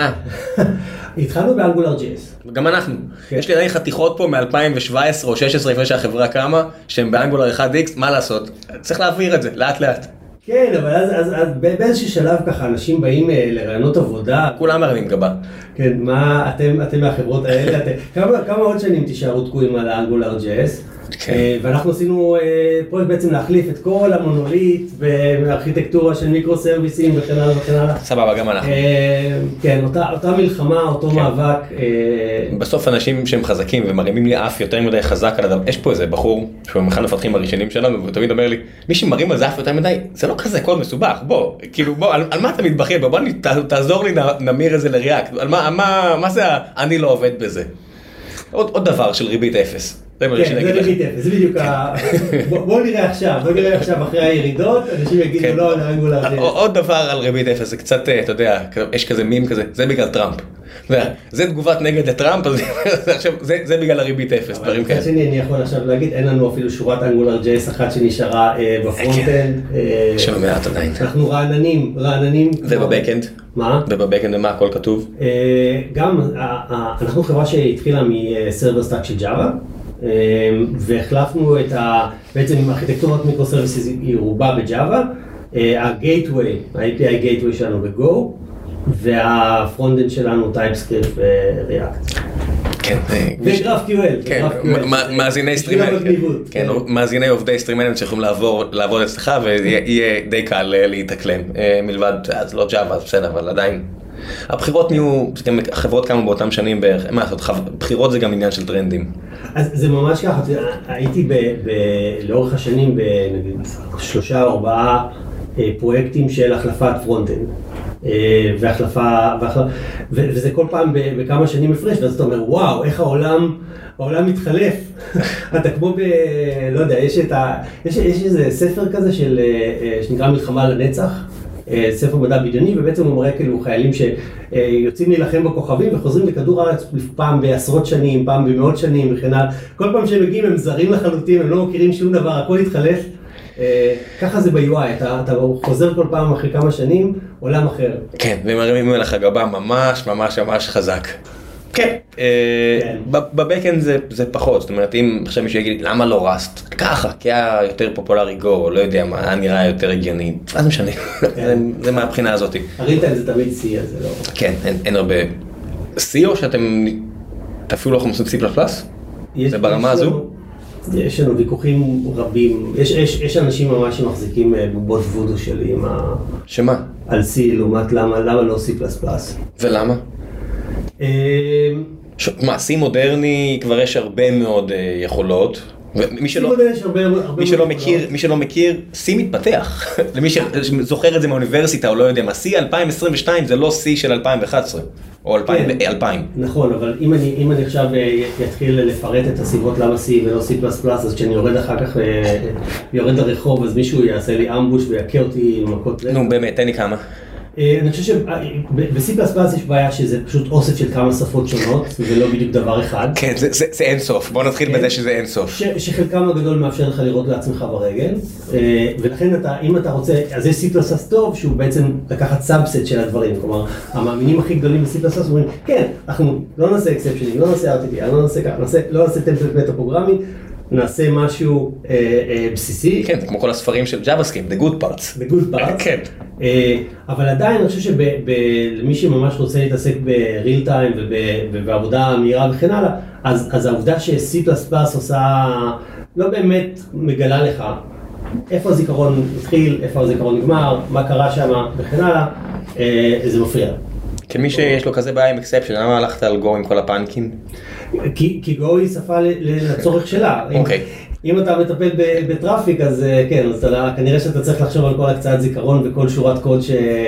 התחלנו באנגולר ג'י אס. גם אנחנו. יש לי עדיין חתיכות פה מ-אלפיים שבע עשרה או שש עשרה לפני שהחברה קמה, שהם באנגולר אחד אקס, מה לעשות? צריך להעביר את זה, לאט לאט. כן, אבל אז, אז, אז באיזשהו שלב ככה אנשים באים לרעיונות עבודה. כולם מרמים גבה. כן, מה, אתם, אתם מהחברות האלה, אתם, כמה, כמה עוד שנים תישארו תקועים על האנגולר ג'י אס? כן. ואנחנו עשינו פרויקט בעצם להחליף את כל המונוליט בארכיטקטורה של מיקרו-סרוויסים וכן הלאה וכן הלאה. סבבה, גם אנחנו. כן, אותה, אותה מלחמה, אותו מאבק. בסוף אנשים שהם חזקים ומרימים לי אף יותר מדי חזק על הדבר, יש פה איזה בחור שהוא אחד המפתחים הראשונים שלנו, והוא תמיד אומר לי, מי שמרים על זה אף יותר מדי, זה לא כזה קוד מסובך, בוא, כאילו בוא, על, על מה אתה מתבחין? בוא, תעזור לי, נמיר איזה לריאקט, על מה, מה, מה זה, אני לא עובד בזה. עוד, עוד דבר של ריבית אפס. כן, זה ריבית אפס, זה בדיוק ה... בואו נראה עכשיו, בואו נראה עכשיו אחרי הירידות, אנשים יגידו לא, לאנגולר ג'י אס. עוד דבר על ריבית אפס, זה קצת, אתה יודע, יש כזה מים כזה, זה בגלל טראמפ. זה תגובת נגד לטראמפ, אז עכשיו, זה בגלל הריבית אפס, דברים כאלה. אבל מצד שני, אני יכול עכשיו להגיד, אין לנו אפילו שורת אנגולר ג'י אס אחת שנשארה בפרונט-אנד. שלא מעט עדיין. אנחנו רעננים, רעננים. ובבקאנד? מה? ובבקאנד ומה הכל כתוב? גם, אנחנו חברה שהתחילה מסרבר סטאק של ג'אווה. והחלפנו את ה... בעצם ארכיטקטורת מיקרו-סרוויסיס היא רובה בג'אווה, הגייטווי, ה-איי פי איי גייטווי שלנו בגו, והפרונט-אנד שלנו טייפסקריפט וריאקט. כן. וגרף קיו אל. כן, מאזיני סטרימנט, כן, מאזיני עובדי סטרימנט שיכולים לעבוד אצלך ויהיה די קל להתאקלם. מלבד, אז לא ג'אווה, בסדר, אבל עדיין. הבחירות נהיו, החברות קמו באותם שנים בערך, מה לעשות, בחירות זה גם עניין של טרנדים. אז זה ממש ככה, הייתי לאורך השנים בנגיד שלושה או ארבעה פרויקטים של החלפת פרונט-אנד. והחלפה, וזה כל פעם בכמה שנים הפרש, ואז אתה אומר, וואו, איך העולם העולם מתחלף. אתה כמו ב... לא יודע, יש את ה... יש, יש איזה ספר כזה של... שנקרא מלחמה לנצח, ספר מדע בדיוני, ובעצם הוא מראה כאילו חיילים שיוצאים להילחם בכוכבים וחוזרים לכדור הארץ פעם בעשרות שנים, פעם במאות שנים וכן הלאה. כל פעם שהם מגיעים הם זרים לחלוטין, הם לא מכירים שום דבר, הכל התחלף. ככה זה ב-יו איי, אתה, אתה חוזר כל פעם אחרי כמה שנים, עולם אחר. כן, ומרימים לך גבה ממש ממש ממש חזק. כן, בבקאנד זה פחות, זאת אומרת אם עכשיו מישהו יגיד למה לא ראסט, ככה, כי היה יותר פופולרי גו, לא יודע מה, היה נראה יותר הגיוני, אז משנה, זה מהבחינה הזאת. הריטייל זה תמיד C, אז זה לא... כן, אין הרבה... C או שאתם אפילו לא חומסים C++? זה ברמה הזו? יש לנו ויכוחים רבים, יש אנשים ממש שמחזיקים בובות וודו שלי עם ה... שמה? על C, לעומת למה לא C++. ולמה? מה, C מודרני כבר יש הרבה מאוד יכולות, מי שלא מכיר, C מתפתח, למי שזוכר את זה מהאוניברסיטה או לא יודע מה, C אלפיים עשרים ושתיים זה לא C של אלפיים ואחת עשרה או אלפיים. נכון, אבל אם אני עכשיו יתחיל לפרט את הסיבות למה C ולא C++, אז כשאני יורד אחר כך ויורד לרחוב, אז מישהו יעשה לי אמבוש ויכה אותי עם מכות לב. נו באמת, תן לי כמה. אני חושב שב-C++ יש בעיה שזה פשוט אוסף של כמה שפות שונות, ולא בדיוק דבר אחד. כן, זה אין סוף, בוא נתחיל בזה שזה אין סוף. שחלקם הגדול מאפשר לך לראות לעצמך ברגל, ולכן אם אתה רוצה, אז יש C++ טוב שהוא בעצם לקחת סאבסט של הדברים, כלומר, המאמינים הכי גדולים ב-C++ אומרים, כן, אנחנו לא נעשה אקספשנים, לא נעשה אר טי טי, לא נעשה טמפלט מטה-פרוגרמי, נעשה משהו אה, אה, בסיסי. כן, כמו כל הספרים של JavaScript, the good parts. the good parts. כן. אה, אבל עדיין אני חושב שלמי שממש רוצה להתעסק ב-real time ובעבודה מהירה וכן הלאה, אז, אז העובדה ש-C++ עושה, לא באמת מגלה לך איפה הזיכרון התחיל, איפה הזיכרון נגמר, מה קרה שם וכן הלאה, אה, זה מפריע. כמי שיש לו כזה בעיה עם אקספשן, למה הלכת על גו עם כל הפאנקים? כי, כי גו היא שפה לצורך שלה. אוקיי. אם, אם אתה מטפל בטראפיק, אז כן, אז אתה, כנראה שאתה צריך לחשוב על כל הקצאת זיכרון וכל שורת קוד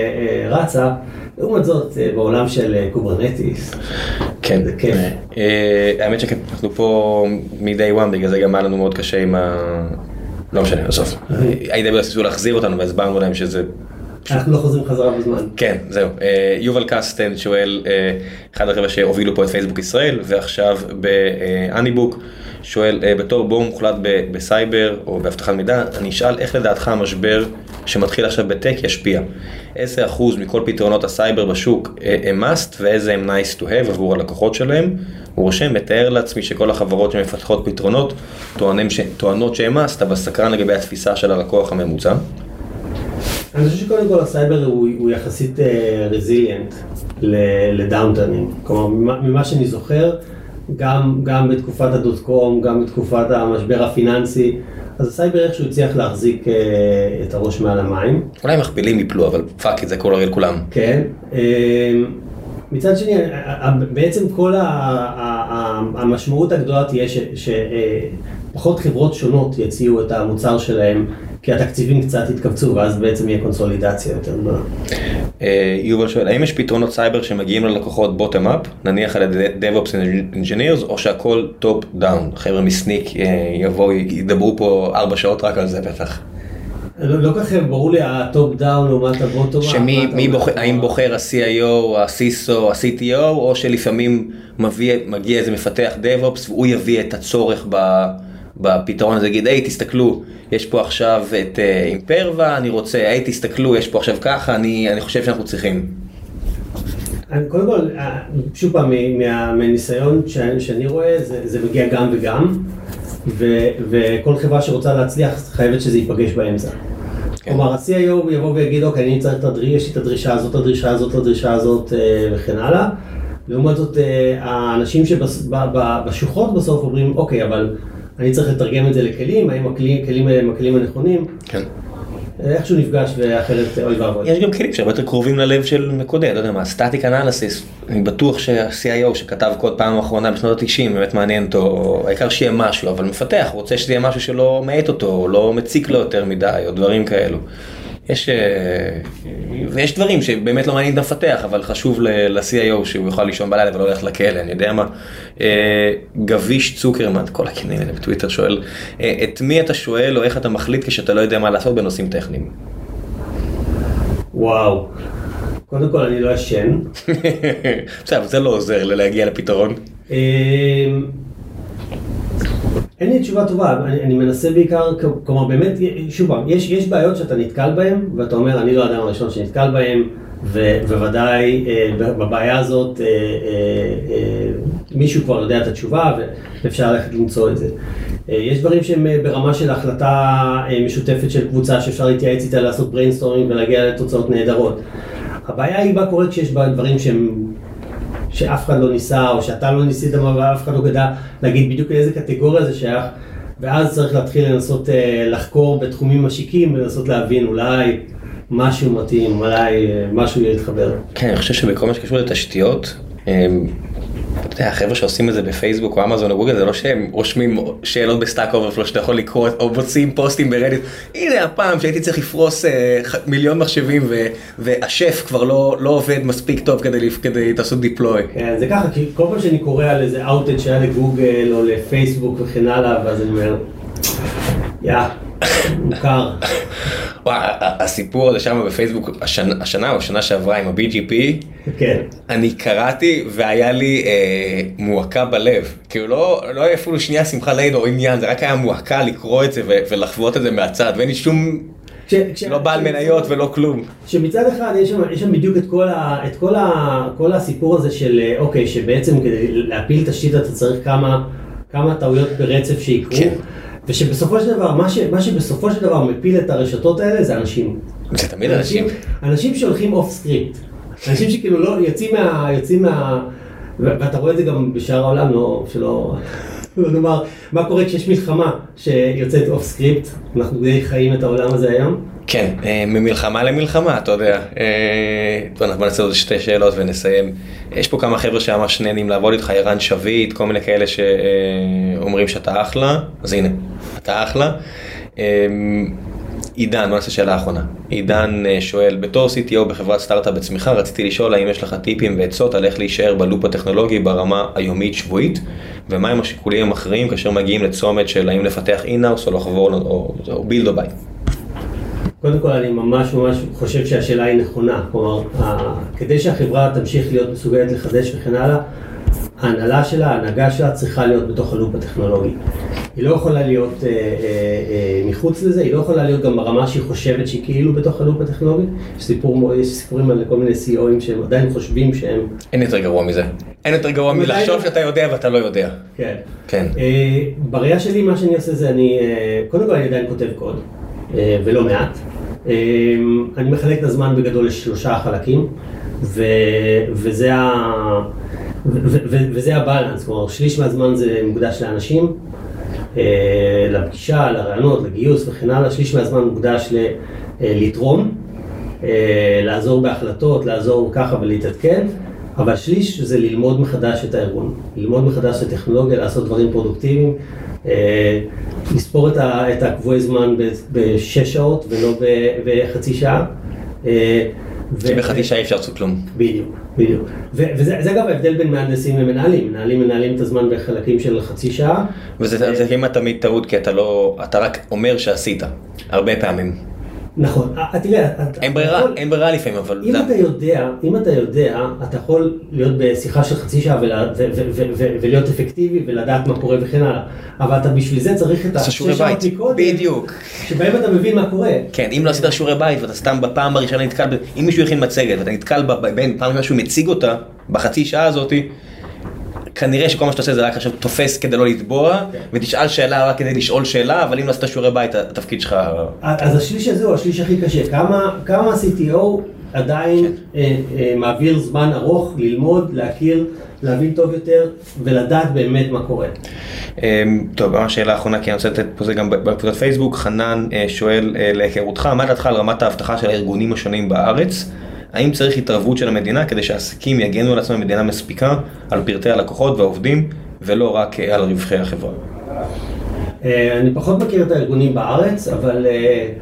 שרצה. לעומת זאת, בעולם של קוברנטיס. כן, זה כיף. האמת שכן, אנחנו פה מ-day one, בגלל זה גם היה לנו מאוד קשה עם ה... לא משנה, בסוף. איי דאבליו אס ניסו להחזיר אותנו, והסברנו להם שזה... אנחנו לא חוזרים חזרה בזמן. כן, זהו. יובל קסטן שואל, אחד החבר'ה שהובילו פה את פייסבוק ישראל, ועכשיו באניבוק, שואל, בתור בור מוחלט בסייבר או בהבטחת מידע, אני אשאל איך לדעתך המשבר שמתחיל עכשיו בטק ישפיע? איזה אחוז מכל פתרונות הסייבר בשוק הם must ואיזה הם nice to have עבור הלקוחות שלהם? הוא רושם, מתאר לעצמי שכל החברות שמפתחות פתרונות טוענות שהם must, אבל סקרן לגבי התפיסה של הלקוח הממוצע. אני חושב שקודם כל הסייבר הוא, הוא יחסית רזיליאנט לדאונטרנים. כלומר, ממה שאני זוכר, גם, גם בתקופת הדוט קום, גם בתקופת המשבר הפיננסי, אז הסייבר איכשהו הצליח להחזיק את הראש מעל המים. אולי מכפילים יפלו, אבל פאק, זה כל הרי לכולם. כן. מצד שני, בעצם כל המשמעות הגדולה תהיה שפחות חברות שונות יציעו את המוצר שלהם, כי התקציבים קצת התכווצו, ואז בעצם יהיה קונסולידציה יותר גדולה. יובל שואל, האם יש פתרונות סייבר שמגיעים ללקוחות bottom-up, נניח על DevOps Engineers, או שהכל top-down? חבר'ה מסניק יבואו, ידברו פה ארבע שעות רק על זה בטח. לא כך ברור לי הטופ-דאון לעומת הבוטום-אפ. שמי בוחר, האם בוחר ה-סי איי או, ה-סי איס או, ה-סי טי או, או שלפעמים מגיע איזה מפתח DevOps, והוא יביא את הצורך ב... בפתרון הזה, יגיד, היי, תסתכלו, יש פה עכשיו את אימפרווה, אני רוצה, היי, תסתכלו, יש פה עכשיו ככה, אני, אני חושב שאנחנו צריכים. אני, קודם כל, שוב פעם, מהניסיון שאני רואה, זה, זה מגיע גם וגם, ו, וכל חברה שרוצה להצליח, חייבת שזה ייפגש באמצע. כן. כלומר, ה-סי איי או יבוא ויגיד, אוקיי, אני צריך את הדרישה, יש לי את הדרישה הזאת, הדרישה הזאת, הדרישה הזאת, וכן הלאה. לעומת זאת, האנשים שבשוחות בסוף אומרים, אוקיי, אבל אני צריך לתרגם את זה לכלים, האם הכלים האלה הם הכלים הנכונים? כן. איכשהו נפגש ואחרת אוי ואבוי. יש גם כלים שהרבה יותר קרובים ללב של מקודד, לא יודע מה, סטטיק אנליסיס, אני בטוח שה-סי איי או שכתב קוד פעם האחרונה בשנות ה-תשעים, באמת מעניין אותו, העיקר שיהיה משהו, אבל מפתח, רוצה שזה יהיה משהו שלא מעט אותו, או לא מציק לו יותר מדי, או דברים כאלו. יש, ויש דברים שבאמת לא מעניין את המפתח, אבל חשוב ל-סי איי או שהוא יוכל לישון בלילה ולא הולך לכלא, אני יודע מה. גביש צוקרמן, כל הכינויים האלה בטוויטר שואל, את מי אתה שואל או איך אתה מחליט כשאתה לא יודע מה לעשות בנושאים טכניים? וואו, קודם כל אני לא ישן. עכשיו, זה לא עוזר להגיע לפתרון. אין לי תשובה טובה, אני, אני מנסה בעיקר, כלומר באמת, שוב פעם, יש, יש בעיות שאתה נתקל בהן, ואתה אומר, אני לא האדם הראשון שנתקל בהן, ובוודאי אה, בבעיה הזאת אה, אה, אה, מישהו כבר יודע את התשובה, ואפשר ללכת למצוא את זה. אה, יש דברים שהם ברמה של החלטה אה, משותפת של קבוצה, שאפשר להתייעץ איתה, לעשות בריינסטורמינג ולהגיע לתוצאות נהדרות. הבעיה היא בה קורית כשיש בה דברים שהם... שאף אחד לא ניסה, או שאתה לא ניסית ואף אחד לא גדע להגיד בדיוק לאיזה קטגוריה זה שייך, ואז צריך להתחיל לנסות אה, לחקור בתחומים משיקים, ולנסות להבין אולי משהו מתאים, אולי אה, משהו יתחבר. כן, אני חושב שבכל מה שקשור לתשתיות, אה, אתה יודע, החבר'ה שעושים את זה בפייסבוק או אמזון או גוגל, זה לא שהם רושמים שאלות בסטאק אוברפלו שאתה יכול לקרוא, או מוצאים פוסטים ברדיט. הנה הפעם שהייתי צריך לפרוס אה, מיליון מחשבים, ו- והשף כבר לא, לא עובד מספיק טוב כדי, כדי לעשות דיפלוי. כן, זה ככה, כי כל פעם שאני קורא על איזה אאוטג' שהיה לגוגל או לפייסבוק וכן הלאה, ואז אני אומר, יא, מוכר. הסיפור הזה שם בפייסבוק, השנה, השנה או השנה שעברה עם ה-בי ג'י פי, כן. אני קראתי והיה לי אה, מועקה בלב. כאילו לא, לא היה אפילו שנייה שמחה ליד או עניין, זה רק היה מועקה לקרוא את זה ו- ולחוות את זה מהצד, ואין לי שום, כש, כש, לא בעל כש, מניות כש, ולא כלום. שמצד אחד יש שם, יש שם בדיוק את כל, ה, את כל, ה, כל הסיפור הזה של, אוקיי, שבעצם כדי להפיל תשתית אתה צריך כמה, כמה טעויות ברצף שיקרו. כן. ושבסופו של דבר, מה, ש, מה שבסופו של דבר מפיל את הרשתות האלה זה אנשים. זה תמיד אנשים. אנשים, אנשים שהולכים אוף סקריפט. אנשים שכאילו לא, יוצאים מה, יוצאים מה, ואתה רואה את זה גם בשאר העולם, לא, שלא, לא נאמר, מה קורה כשיש מלחמה שיוצאת אוף סקריפט, אנחנו די חיים את העולם הזה היום. כן, ממלחמה למלחמה, אתה יודע. אנחנו נעשה עוד שתי שאלות ונסיים. יש פה כמה חבר'ה שממש נהנים לעבוד איתך, ערן שביט, כל מיני כאלה שאומרים שאתה אחלה, אז הנה, אתה אחלה. עידן, בוא נעשה שאלה האחרונה. עידן שואל, בתור סי טי או בחברת סטארט-אפ בצמיחה, רציתי לשאול האם יש לך טיפים ועצות על איך להישאר בלופ הטכנולוגי ברמה היומית שבועית, ומהם השיקולים המכריעים כאשר מגיעים לצומת של האם לפתח אין-האוס או לחבור או בילד או ביי. קודם כל, אני ממש ממש חושב שהשאלה היא נכונה. כלומר, כדי שהחברה תמשיך להיות מסוגלת לחדש וכן הלאה, ההנהלה שלה, ההנהגה שלה צריכה להיות בתוך הלופ הטכנולוגי. היא לא יכולה להיות אה, אה, אה, מחוץ לזה, היא לא יכולה להיות גם ברמה שהיא חושבת שהיא כאילו בתוך הלופ הטכנולוגי. יש, סיפור, יש סיפורים על כל מיני סי אי או-ים שהם עדיין חושבים שהם... אין יותר גרוע מזה. אין יותר גרוע מלחשוב שאתה יודע ואתה לא יודע. כן. כן. אה, בראייה שלי מה שאני עושה זה אני, אה, קודם כל אני עדיין כותב קוד, אה, ולא מעט. אה, אני מחלק את הזמן בגדול לשלושה חלקים, ו, וזה ה... ו- ו- וזה הבאלנס, כלומר שליש מהזמן זה מוקדש לאנשים, לפגישה, לרעיונות, לגיוס וכן הלאה, שליש מהזמן מוקדש לתרום, לעזור בהחלטות, לעזור ככה ולהתעדכן, אבל שליש זה ללמוד מחדש את הארגון, ללמוד מחדש את הטכנולוגיה, לעשות דברים פרודוקטיביים, לספור את הקבועי זמן בשש שעות ולא בחצי שעה. בחצי שעה אפשר לעשות כלום. בדיוק, בדיוק. וזה אגב ההבדל בין מהנדסים למנהלים. מנהלים מנהלים את הזמן בחלקים של חצי שעה. וזה כמעט תמיד טעות, כי אתה לא, אתה רק אומר שעשית, הרבה פעמים. נכון, תראה, אין ברירה, אין ברירה לפעמים, אבל... אם אתה יודע, אם אתה יודע, אתה יכול להיות בשיחה של חצי שעה ולהיות אפקטיבי ולדעת מה קורה וכן הלאה. אבל אתה בשביל זה צריך את השש שעות מקודם. בדיוק. שבהם אתה מבין מה קורה. כן, אם לא עשית שיעורי בית ואתה סתם בפעם הראשונה נתקל, אם מישהו הכין מצגת ואתה נתקל בין פעם משהו מציג אותה בחצי שעה הזאת, כנראה שכל מה שאתה עושה זה רק עכשיו תופס כדי לא לתבוע, ותשאל שאלה רק כדי לשאול שאלה, אבל אם לא עשית שיעורי בית, התפקיד שלך... אז השליש הזה הוא השליש הכי קשה. כמה סי טי או עדיין מעביר זמן ארוך ללמוד, להכיר, להבין טוב יותר, ולדעת באמת מה קורה. טוב, השאלה האחרונה, כי אני רוצה לתת פה זה גם בקבוצת פייסבוק, חנן שואל להיכרותך, מה דעתך על רמת ההבטחה של הארגונים השונים בארץ? האם צריך התערבות של המדינה כדי שהעסקים יגנו על עצמם מדינה מספיקה על פרטי הלקוחות והעובדים, ולא רק על רווחי החברה? אני פחות מכיר את הארגונים בארץ, אבל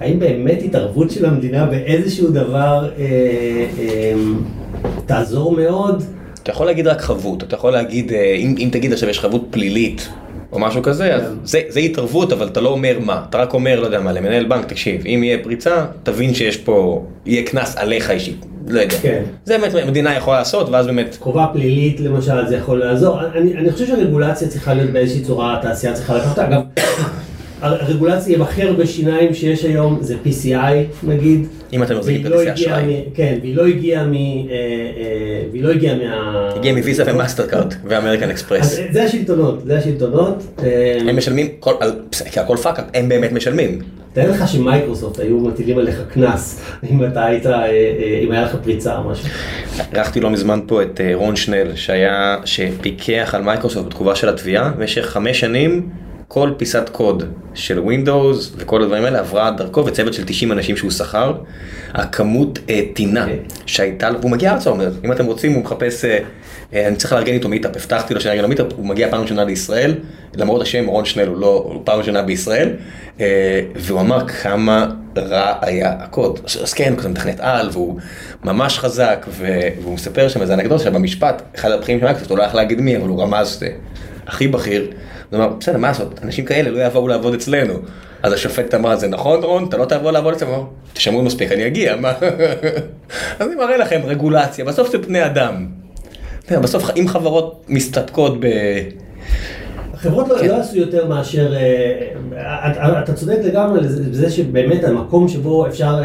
האם באמת התערבות של המדינה באיזשהו דבר אה, אה, תעזור מאוד? אתה יכול להגיד רק חבות, אתה יכול להגיד, אם, אם תגיד עכשיו יש חבות פלילית או משהו כזה, אז זה, זה התערבות, אבל אתה לא אומר מה, אתה רק אומר, לא יודע מה, למנהל בנק, תקשיב, אם יהיה פריצה, תבין שיש פה, יהיה כנס עליך אישית, לא יודע. כן. זה באמת מדינה יכולה לעשות, ואז באמת... חובה פלילית למשל, זה יכול לעזור. אני, אני חושב שהרגולציה צריכה להיות באיזושהי צורה, התעשייה צריכה לקחת. אגב, הרגולציה יבחר בשיניים שיש היום, זה פי סי איי נגיד. אם אתם מחזיקים כרטיסי אשראי. כן, והיא לא הגיעה מ... והיא לא הגיעה מה... הגיעה מוויזה ומאסטרקארד ואמריקן אקספרס. זה השלטונות, זה השלטונות. הם משלמים, הכל פאק, הם באמת משלמים. תאר לך שמייקרוסופט היו מטילים עליך כנס, אם אתה היית, אם היה לך פריצה או משהו. ערכתי לא מזמן פה את רון שנל, שהיה, שפיקח על מייקרוסופט בתגובה של התביעה, במשך חמש שנים, כל פיסת קוד של ווינדוס וכל הדברים האלה עברה דרכו, וצוות של תשעים אנשים שהוא שכר. הכמות טינה שהייתה, והוא מגיע ארצה, הוא אומר, אם אתם רוצים, הוא מחפש, אני צריך לארגן איתו מיטאפ, הבטחתי לו שאני ארגן לו מיטאפ, הוא מגיע פעם ראשונה לישראל, למרות השם רון שנל הוא לא, הוא פעם ראשונה בישראל, והוא אמר כמה רע היה הקוד. אז כן, הוא מתכנת על, והוא ממש חזק, והוא מספר שם איזה אנקדוטה שבמשפט, אחד הבכירים של מייקרוסופט, הוא לא הלך להגיד מי, אבל הוא רמז הכי בכיר. הוא אמר, בסדר, מה לעשות? אנשים כאלה לא יעברו לעבוד אצלנו. אז השופט אמר, זה נכון, רון? אתה לא תעבור לעבוד אצלנו? הוא אמר, תשמעו מספיק, אני אגיע, מה? אז אני מראה לכם רגולציה, בסוף זה פני אדם. בסוף, אם חברות מסתתקות ב... החברות לא עשו יותר מאשר... אתה צודק לגמרי בזה שבאמת המקום שבו אפשר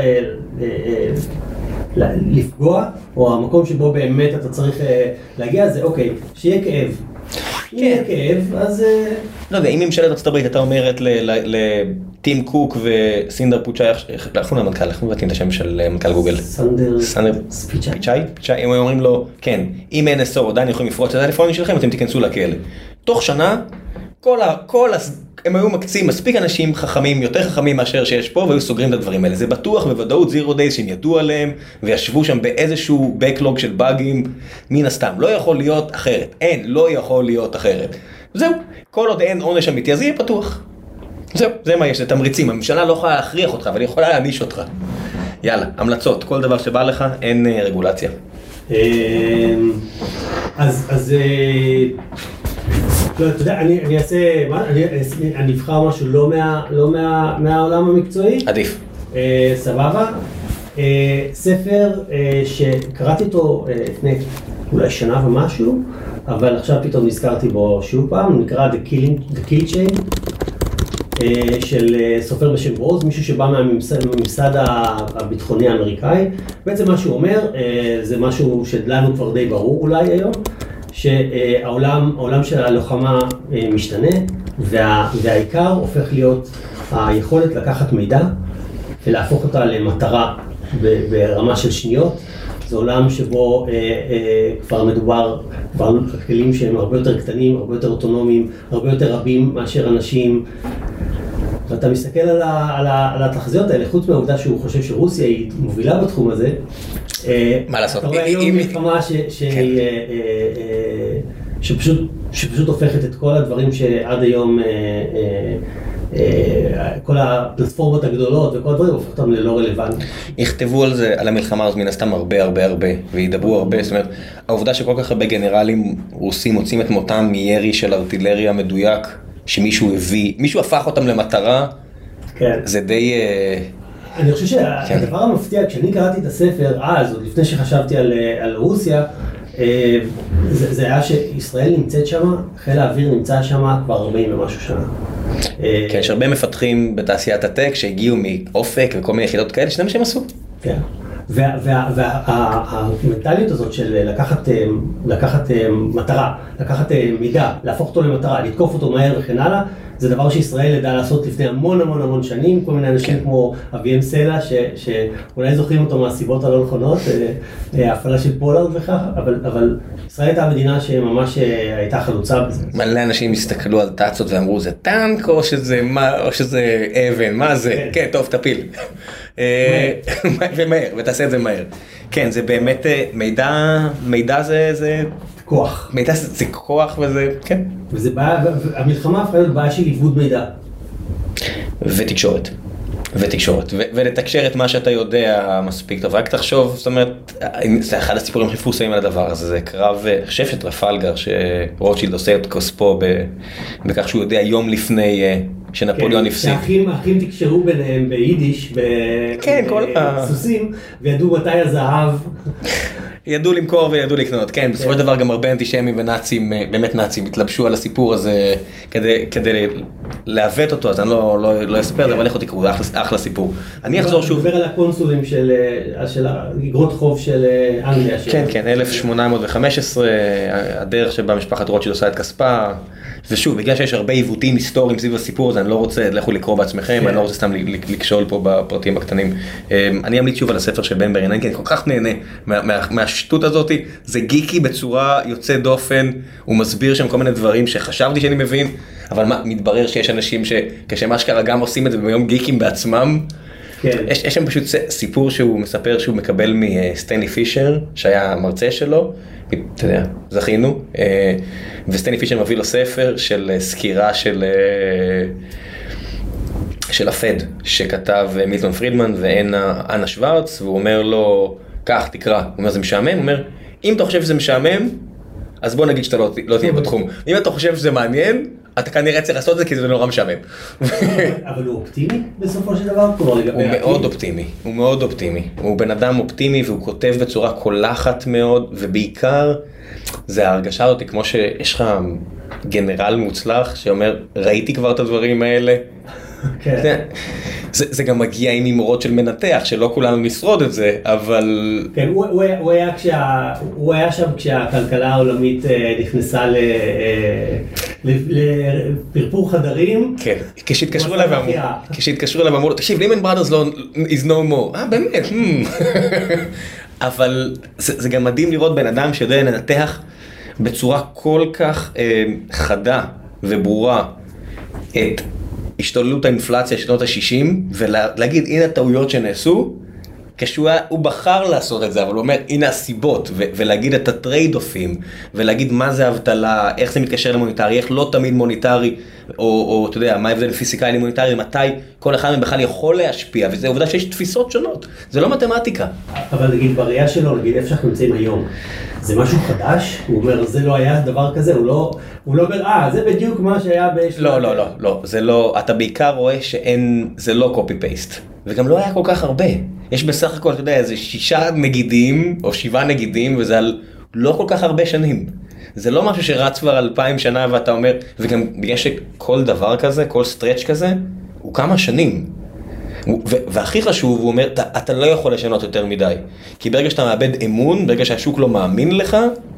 לפגוע, או המקום שבו באמת אתה צריך להגיע, זה אוקיי, שיהיה כאב. אם יהיה כאב, אז... לא יודע, אם ממשלת ארצות הברית הייתה אומרת לטים קוק וסינדר פוצ'אי, איך הוא למנכ"ל, איך הוא מבטאים את השם של מנכ"ל גוגל? סנדר פיצ'אי? פיצ'אי, הם אומרים לו, כן, אם אין אס או עדיין יכולים לפרוץ את הטלפונים שלכם, אתם תיכנסו לכלא. תוך שנה, כל ה... הם היו מקצים מספיק אנשים חכמים, יותר חכמים מאשר שיש פה, והיו סוגרים את הדברים האלה. זה בטוח בוודאות זירו דייז שהם ידעו עליהם, וישבו שם באיזשהו בקלוג של באגים, מן הסתם. לא יכול להיות אחרת. אין, לא יכול להיות אחרת. זהו, כל עוד אין עונש אמיתי, אז יהיה פתוח. זהו, זה מה יש, זה תמריצים. הממשלה לא יכולה להכריח אותך, אבל היא יכולה להעניש אותך. יאללה, המלצות, כל דבר שבא לך, אין רגולציה. אז, אז... לא, אתה יודע, אני, אני אעשה, מה, אני, אני אבחר משהו לא, מה, לא מה, מהעולם המקצועי. עדיף. אה, סבבה. אה, ספר אה, שקראתי אותו אה, לפני אולי שנה ומשהו, אבל עכשיו פתאום נזכרתי בו שוב פעם, הוא נקרא The Killing, The Kill Chain, אה, של אה, סופר בשם רוז, מישהו שבא מהממסד הביטחוני האמריקאי. בעצם מה שהוא אומר, אה, זה משהו שלנו כבר די ברור אולי היום, שהעולם, העולם של הלוחמה משתנה, וה, והעיקר הופך להיות היכולת לקחת מידע ולהפוך אותה למטרה ברמה של שניות. זה עולם שבו אה, אה, כבר מדובר, כבר כלים שהם הרבה יותר קטנים, הרבה יותר אוטונומיים, הרבה יותר רבים מאשר אנשים. ואתה מסתכל על, ה, על, ה, על התחזיות האלה, חוץ מהעובדה שהוא חושב שרוסיה היא מובילה בתחום הזה. מה לעשות? אתה רואה היום מלחמה שפשוט הופכת את כל הדברים שעד היום, כל הפלטפורמות הגדולות וכל הדברים הופכת אותם ללא רלוונטי. יכתבו על זה, על המלחמה הזאת מן הסתם הרבה הרבה הרבה, וידברו הרבה, זאת אומרת, העובדה שכל כך הרבה גנרלים רוסים מוצאים את מותם מירי של ארטילריה מדויק, שמישהו הביא, מישהו הפך אותם למטרה, זה די... אני חושב שהדבר המפתיע, כשאני קראתי את הספר, אז, עוד לפני שחשבתי על, על רוסיה, זה, זה היה שישראל נמצאת שם, חיל האוויר נמצא שם כבר ארבעים ומשהו שנה. כן, יש הרבה מפתחים בתעשיית הטק שהגיעו מאופק וכל מיני יחידות כאלה, שזה מה שהם עשו. כן. והמנטליות הזאת של לקחת, לקחת מטרה, לקחת מידע, להפוך אותו למטרה, לתקוף אותו מהר וכן הלאה, זה דבר שישראל ידעה לעשות לפני המון המון המון שנים, כל מיני אנשים כמו אביהם סלע, שאולי זוכרים אותו מהסיבות הלא נכונות, ההפעלה של פולארד וכך, אבל ישראל הייתה המדינה שממש הייתה חלוצה בזה. מלא אנשים הסתכלו על טאצות ואמרו, זה טנק או שזה אבן, מה זה? כן, טוב, תפיל. ומהר, ותעשה את זה מהר. כן, זה באמת מידע, מידע זה... כוח. מידע זה כוח וזה, כן. וזה בעיה, המלחמה הפכה להיות בעיה של עיבוד מידע. ותקשורת. ותקשורת, ו- ולתקשר את מה שאתה יודע מספיק טוב, רק תחשוב, זאת אומרת, זה אחד הסיפורים הכי מפורסמים על הדבר הזה, זה קרב, אני חושב שטרפלגר, שרוטשילד עושה את כוספו בכך שהוא יודע יום לפני שנפוליאון הפסיק. שהאחים תקשרו ביניהם ביידיש, בסוסים, וידעו מתי הזהב. ידעו למכור וידעו לקנות, כן, בסופו של דבר גם הרבה אנטישמים ונאצים, באמת נאצים, התלבשו על הסיפור הזה כדי לעוות אותו, אז אני לא אספר, אבל איך עוד תקראו, זה אחלה סיפור. אני אחזור שוב. אני מדבר על הקונסולים של אגרות חוב של אנגליה. כן, כן, אלף שמונה מאות וחמש עשרה, הדרך שבה משפחת רוטשילד עושה את כספה, ושוב, בגלל שיש הרבה עיוותים היסטוריים סביב הסיפור הזה, אני לא רוצה, לכו לקרוא בעצמכם, אני לא רוצה סתם לקשול פה בפרטים הקטנים. אני אמליץ שוב על הספר של בן ברננקי, אני כל כך נהנה מהשטות הזאת, זה גיקי בצורה יוצאת דופן, הוא מסביר שם כל מיני דברים שחשבתי שאני מבין, אבל מה, מתברר שיש אנשים שכשם אשכרה גם עושים את זה ביום גיקים בעצמם, יש שם פשוט סיפור שהוא מספר שהוא מקבל מסטנלי פישר, שהיה מרצה שלו, אתה יודע, זכינו, וסטנלי פישר מביא לו ספר של סקירה של של הפד, שכתב מילטון פרידמן ואנה שוורץ, והוא אומר לו, כך תקרא, הוא אומר זה משעמם, הוא אומר, אם אתה חושב שזה משעמם, אז בוא נגיד שאתה לא, לא תהיה בתחום, אם אתה חושב שזה מעניין, אתה כנראה צריך לעשות את זה כי זה נורא משעמם. אבל הוא אופטימי בסופו של דבר? הוא מאוד אופטימי, הוא מאוד אופטימי, הוא בן אדם אופטימי והוא כותב בצורה קולחת מאוד, ובעיקר זה ההרגשה אותי כמו שיש לך גנרל מוצלח שאומר, ראיתי כבר את הדברים האלה, כן. זה, זה גם מגיע עם אמרות של מנתח, שלא כולנו נשרוד את זה, אבל... כן, הוא, הוא, הוא, היה, כשה, הוא היה שם כשהכלכלה העולמית נכנסה ל, לפרפור חדרים. כן, כשהתקשרו אליו ואמרו, כשהתקשרו אליו ואמרו, תקשיב, לימן ברדרס לא, is no more. אה, באמת, אבל זה, זה גם מדהים לראות בן אדם שיודע לנתח בצורה כל כך אה, חדה וברורה את... השתוללות האינפלציה של שנות ה-שישים, ולהגיד, הנה הטעויות שנעשו, כשהוא בחר לעשות את זה, אבל הוא אומר, הנה הסיבות, ולהגיד את הטרייד-אופים, ולהגיד מה זה אבטלה, איך זה מתקשר למוניטרי, איך לא תמיד מוניטרי, או, או אתה יודע, מה ההבדל פיזיקלי למוניטרי, מתי כל אחד מהם בכלל יכול להשפיע, וזה עובדה שיש תפיסות שונות, זה לא מתמטיקה. אבל נגיד, בראייה שלו, נגיד, איפה שאנחנו נמצאים היום, זה משהו חדש? הוא אומר, זה לא היה דבר כזה, הוא לא, הוא לא אומר, אה, זה בדיוק מה שהיה בשלב. לא, לא, לא, לא, זה לא, אתה בעיקר רואה שאין, זה לא קופי-פייסט, וגם לא היה כל כך הרבה. יש בסך הכל, אתה יודע, איזה שישה נגידים, או שבעה נגידים, וזה על לא כל כך הרבה שנים. זה לא משהו שרץ כבר אלפיים שנה, ואתה אומר, וגם בגלל שכל דבר כזה, כל סטרץ' כזה, הוא כמה שנים. והכי חשוב, הוא אומר, אתה, אתה לא יכול לשנות יותר מדי. כי ברגע שאתה מאבד אמון, ברגע שהשוק לא מאמין לך,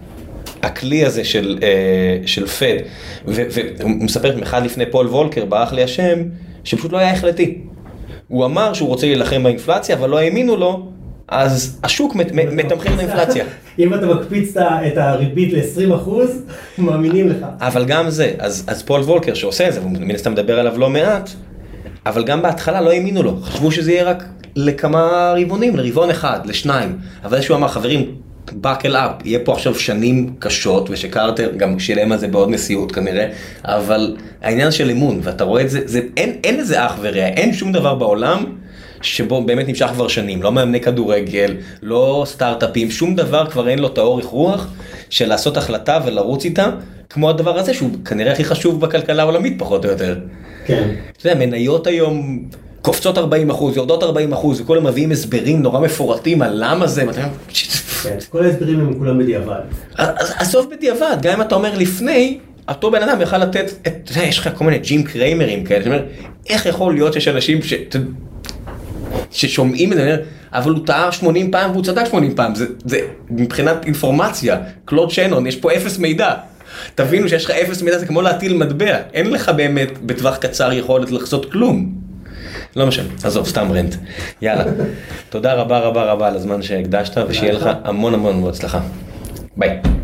הכלי הזה של, של פד, והוא מספר אחד לפני פול וולקר, ברח לי השם, שפשוט לא היה החלטי. הוא אמר שהוא רוצה להילחם באינפלציה, אבל לא האמינו לו, אז השוק מתמחר באינפלציה. אם אתה מקפיץ את הריבית ל-עשרים אחוז, מאמינים לך. אבל גם זה, אז, אז פול וולקר שעושה את זה, והוא מן הסתם מדבר עליו לא מעט, אבל גם בהתחלה לא האמינו לו, חשבו שזה יהיה רק לכמה רבעונים, לרבעון אחד, לשניים, אבל איזשהו אמר, חברים, buckle up, יהיה פה עכשיו שנים קשות, ושקרטר גם שילם על זה בעוד נשיאות כנראה, אבל העניין של אמון, ואתה רואה את זה, זה אין, אין לזה אח ורע, אין שום דבר בעולם שבו באמת נמשך כבר שנים, לא מאמני כדורגל, לא סטארט-אפים, שום דבר כבר אין לו את האורך רוח של לעשות החלטה ולרוץ איתה, כמו הדבר הזה שהוא כנראה הכי חשוב בכלכלה העולמית פחות או יותר. כן. אתה יודע, מניות היום קופצות ארבעים אחוז, יורדות ארבעים אחוז, וכל הם מביאים הסברים נורא מפורטים על למה זה, כן, כל ההסברים הם כולם בדיעבד. עזוב בדיעבד, גם אם אתה אומר לפני, אותו בן אדם יכל לתת, אתה יודע, יש לך כל מיני ג'ים קריימרים כאלה, זאת אומרת, איך יכול להיות שיש אנשים ש... ששומעים את זה, אבל הוא טעה שמונים פעם והוא צדק שמונים פעם, זה, זה מבחינת אינפורמציה, קלוד שנון, יש פה אפס מידע. תבינו שיש לך אפס מידע, זה כמו להטיל מטבע, אין לך באמת בטווח קצר יכולת לחזות כלום. לא משנה, עזוב, סתם רנט. יאללה, תודה רבה רבה רבה על הזמן שהקדשת, ושיהיה לך המון המון בהצלחה. ביי.